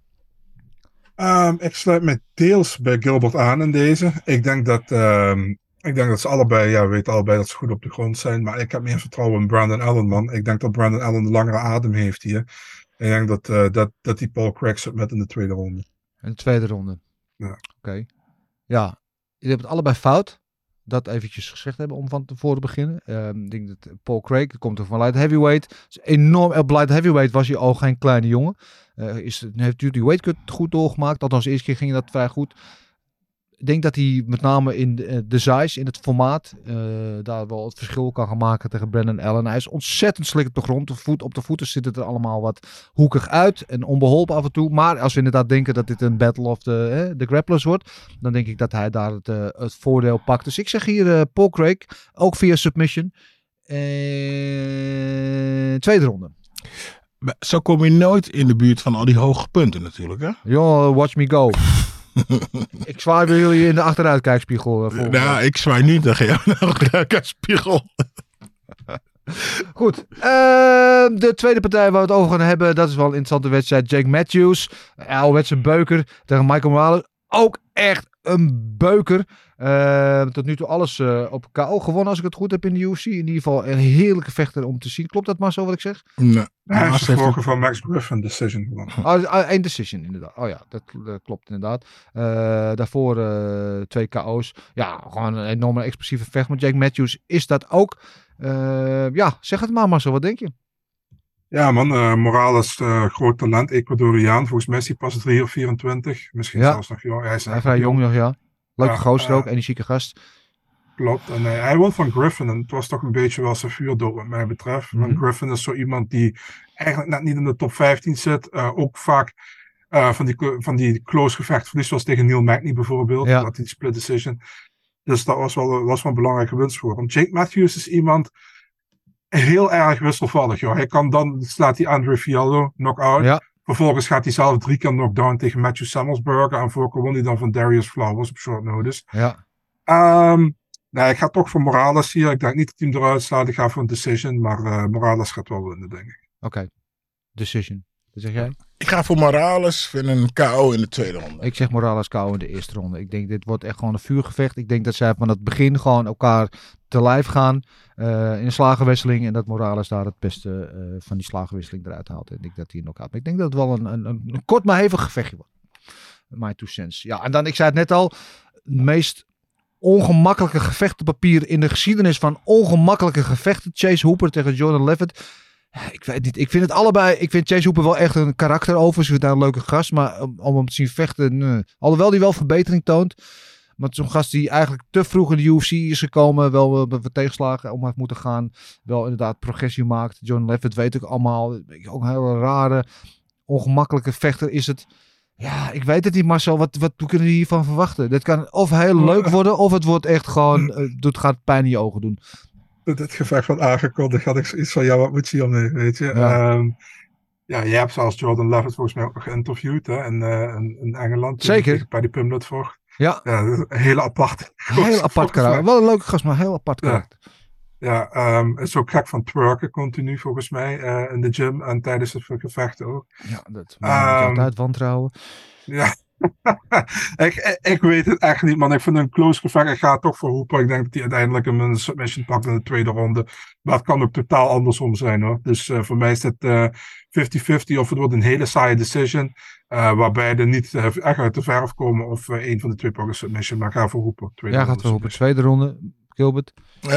Ik sluit me deels bij Gilbert aan in deze. Ik denk dat ze allebei, we weten allebei dat ze goed op de grond zijn. Maar ik heb meer vertrouwen in Brandon Allen, man. Ik denk dat Brandon Allen een langere adem heeft hier. Ik denk dat die Paul Craig submit in de tweede ronde. In de tweede ronde? Ja. Oké. Ja, je hebt het allebei fout. Dat eventjes gezegd hebben om van tevoren te beginnen. Ik denk dat Paul Craig, komt er van light heavyweight. Enorm, op light heavyweight was hij al geen kleine jongen. Heeft u die weightcut goed doorgemaakt. Althans, de eerste keer ging dat vrij goed. Ik denk dat hij met name in de size, in het formaat, daar wel het verschil kan gaan maken tegen Brandon Allen. Hij is ontzettend slik op de grond. Op de voeten zit het er allemaal wat hoekig uit en onbeholpen af en toe. Maar als we inderdaad denken dat dit een battle of the grapplers wordt, dan denk ik dat hij daar het voordeel pakt. Dus ik zeg hier Paul Craig, ook via submission. Tweede ronde. Zo kom je nooit in de buurt van al die hoge punten natuurlijk, hè? Yo, watch me go. Ik zwaai bij jullie in de achteruitkijkspiegel. Ik zwaai nu tegen jou in de achteruitkijkspiegel. Goed. De tweede partij waar we het over gaan hebben, dat is wel een interessante wedstrijd. Jake Matthews, ouderwetse beuker tegen Michael Morales. Ook echt een beuker. Tot nu toe alles op KO gewonnen als ik het goed heb in de UFC. In ieder geval een heerlijke vechter om te zien. Klopt dat, Marcel, wat ik zeg? Nee. Hij is gevolgen van Max Griffin decision gewonnen. Eén decision inderdaad. Oh ja, dat klopt inderdaad. Daarvoor 2 KO's. Ja, gewoon een enorme explosieve vecht. Maar Jake Matthews is dat ook. Zeg het maar, Marcel, wat denk je? Ja man, Morales, groot talent, Ecuadoriaan. Volgens mij is hij pas 3 of 24. Misschien zelfs nog jong. Hij is vrij jong nog, ja. Leuke gozer ook, energieke gast. Klopt, en hij won van Griffin en het was toch een beetje wel zijn vuurdoop wat mij betreft. Want Griffin is zo iemand die eigenlijk net niet in de top 15 zit. Ook vaak van die close gevecht verliest, zoals tegen Neil Magny bijvoorbeeld. Dat hij die split decision. Dus dat was wel een belangrijke winst voor hem. Jake Matthews is iemand heel erg wisselvallig. Joh. Hij kan dan, slaat hij Andre Fiallo knock-out. Ja. Vervolgens gaat hij zelf 3 keer knockdown tegen Matthew Semmelsberger. En voor won hij dan van Darius Flowers op short notice. Ja. Ik ga toch voor Morales hier. Ik denk niet dat hij hem eruit slaat. Ik ga voor een decision. Maar Morales gaat wel winnen, denk ik. Oké. Decision. Wat zeg jij? Ik ga voor Morales. Vind een KO in de tweede ronde. Ik zeg Morales KO in de eerste ronde. Ik denk dit wordt echt gewoon een vuurgevecht. Ik denk dat zij van het begin gewoon elkaar te lijf gaan. In een slagenwisseling. En dat Morales daar het beste van die slagenwisseling eruit haalt. En ik denk dat hij knock-out. Maar ik denk dat het wel een kort maar hevig gevechtje wordt. My 2 cents. Ja, en dan, ik zei het net al. Het meest ongemakkelijke gevechtenpapier in de geschiedenis van ongemakkelijke gevechten. Chase Hooper tegen Jordan Levitt. Ik weet niet. Ik vind het allebei. Ik vind Chase Hooper wel echt een karakter over. Ze vindt daar een leuke gast. Maar om hem te zien vechten. Nee. Alhoewel die wel verbetering toont. Maar zo'n gast die eigenlijk te vroeg in de UFC is gekomen. Wel tegenslagen om heeft moeten gaan. Wel inderdaad progressie maakt. Jordan Levitt weet ik allemaal. Ook een hele rare, ongemakkelijke vechter is het. Ja, ik weet het niet, Marcel. Wat kunnen we hiervan verwachten? Dit kan of heel leuk worden. Of het wordt echt gewoon. Het gaat pijn in je ogen doen. Dit gevecht van aangekondigd had ik zoiets van, wat moet je hiermee, weet je. Ja. Je hebt zelfs Jordan Levitt volgens mij ook nog geïnterviewd in Engeland. Zeker. Bij die Pimlet voor. Ja. Een hele apart. Heel apart karakter. Wel een leuke gast, maar heel apart karakter. Ja, is ook gek van twerken continu volgens mij in de gym en tijdens het gevecht ook. Ja, dat moet je altijd wantrouwen. Ja. ik weet het echt niet, man. Ik vind een close gevecht. Ik ga toch voor Hooper. Ik denk dat hij uiteindelijk een submission pakt in de tweede ronde. Maar het kan ook totaal andersom zijn, hoor. Dus voor mij is het 50-50 of het wordt een hele saaie decision. Waarbij er niet echt uit de verf komen of een van de twee pakken submission. Maar ik ga voor Hooper. Gaat voor Hooper. Tweede ronde. Gilbert?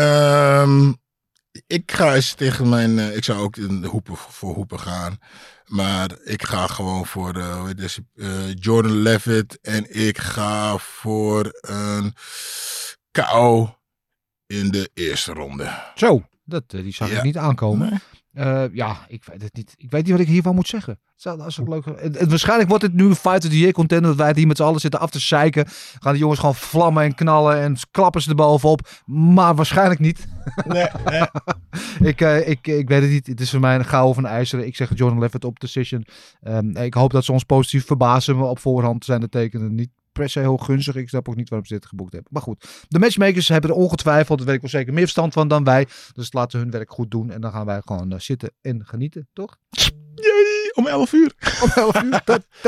Ik ga eens tegen ik zou ook voor Hooper gaan. Maar ik ga gewoon voor Jordan Levitt. En ik ga voor een KO in de eerste ronde. Zo, die zag ik niet aankomen. Nee. Ik weet het niet. Ik weet niet wat ik hiervan moet zeggen. Dat is ook leuk. Waarschijnlijk wordt het nu een Fight of the Year content. Dat wij het hier met z'n allen zitten af te zeiken. Gaan de jongens gewoon vlammen en knallen. En klappen ze er bovenop. Maar waarschijnlijk niet. Nee. Ik weet het niet. Het is voor mij een gouden of een ijzeren. Ik zeg Jordan Levitt op decision. Ik hoop dat ze ons positief verbazen. Maar op voorhand zijn de tekenen niet per se heel gunstig. Ik snap ook niet waarom ze dit geboekt hebben. Maar goed, de matchmakers hebben er ongetwijfeld, daar weet ik wel zeker, meer verstand van dan wij. Dus laten ze hun werk goed doen. En dan gaan wij gewoon zitten en genieten, toch? Jee, om 11 uur. Om 11 uur.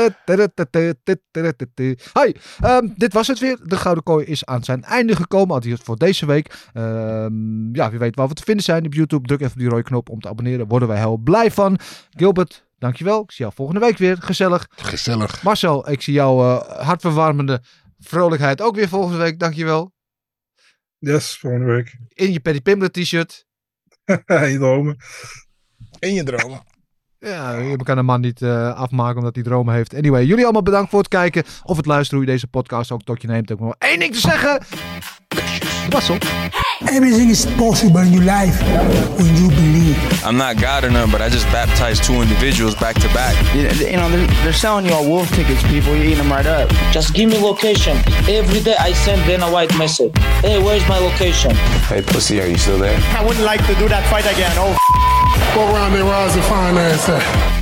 Hoi, dit was het weer. De Gouden Kooi is aan zijn einde gekomen. Althans voor deze week. Wie weet waar we te vinden zijn op YouTube. Druk even op die rode knop om te abonneren. Worden wij heel blij van. Gilbert, dankjewel. Ik zie jou volgende week weer. Gezellig. Marcel, ik zie jouw hartverwarmende vrolijkheid ook weer volgende week. Dankjewel. Yes, volgende week. In je Paddy Pimblett t-shirt. In je dromen. In je dromen. Ja, je kan een man niet afmaken omdat hij dromen heeft. Anyway, jullie allemaal bedankt voor het kijken of het luisteren hoe je deze podcast ook tot je neemt. Ik heb nog één ding te zeggen. Marcel. Everything is possible in your life when you believe. I'm not God or none, but I just baptized 2 individuals back to back. They're selling you all wolf tickets, people. You're eating them right up. Just give me location. Every day I send Dana White message. Hey, where's my location? Hey, pussy, are you still there? I wouldn't like to do that fight again. Oh, What round they rise to find ass at?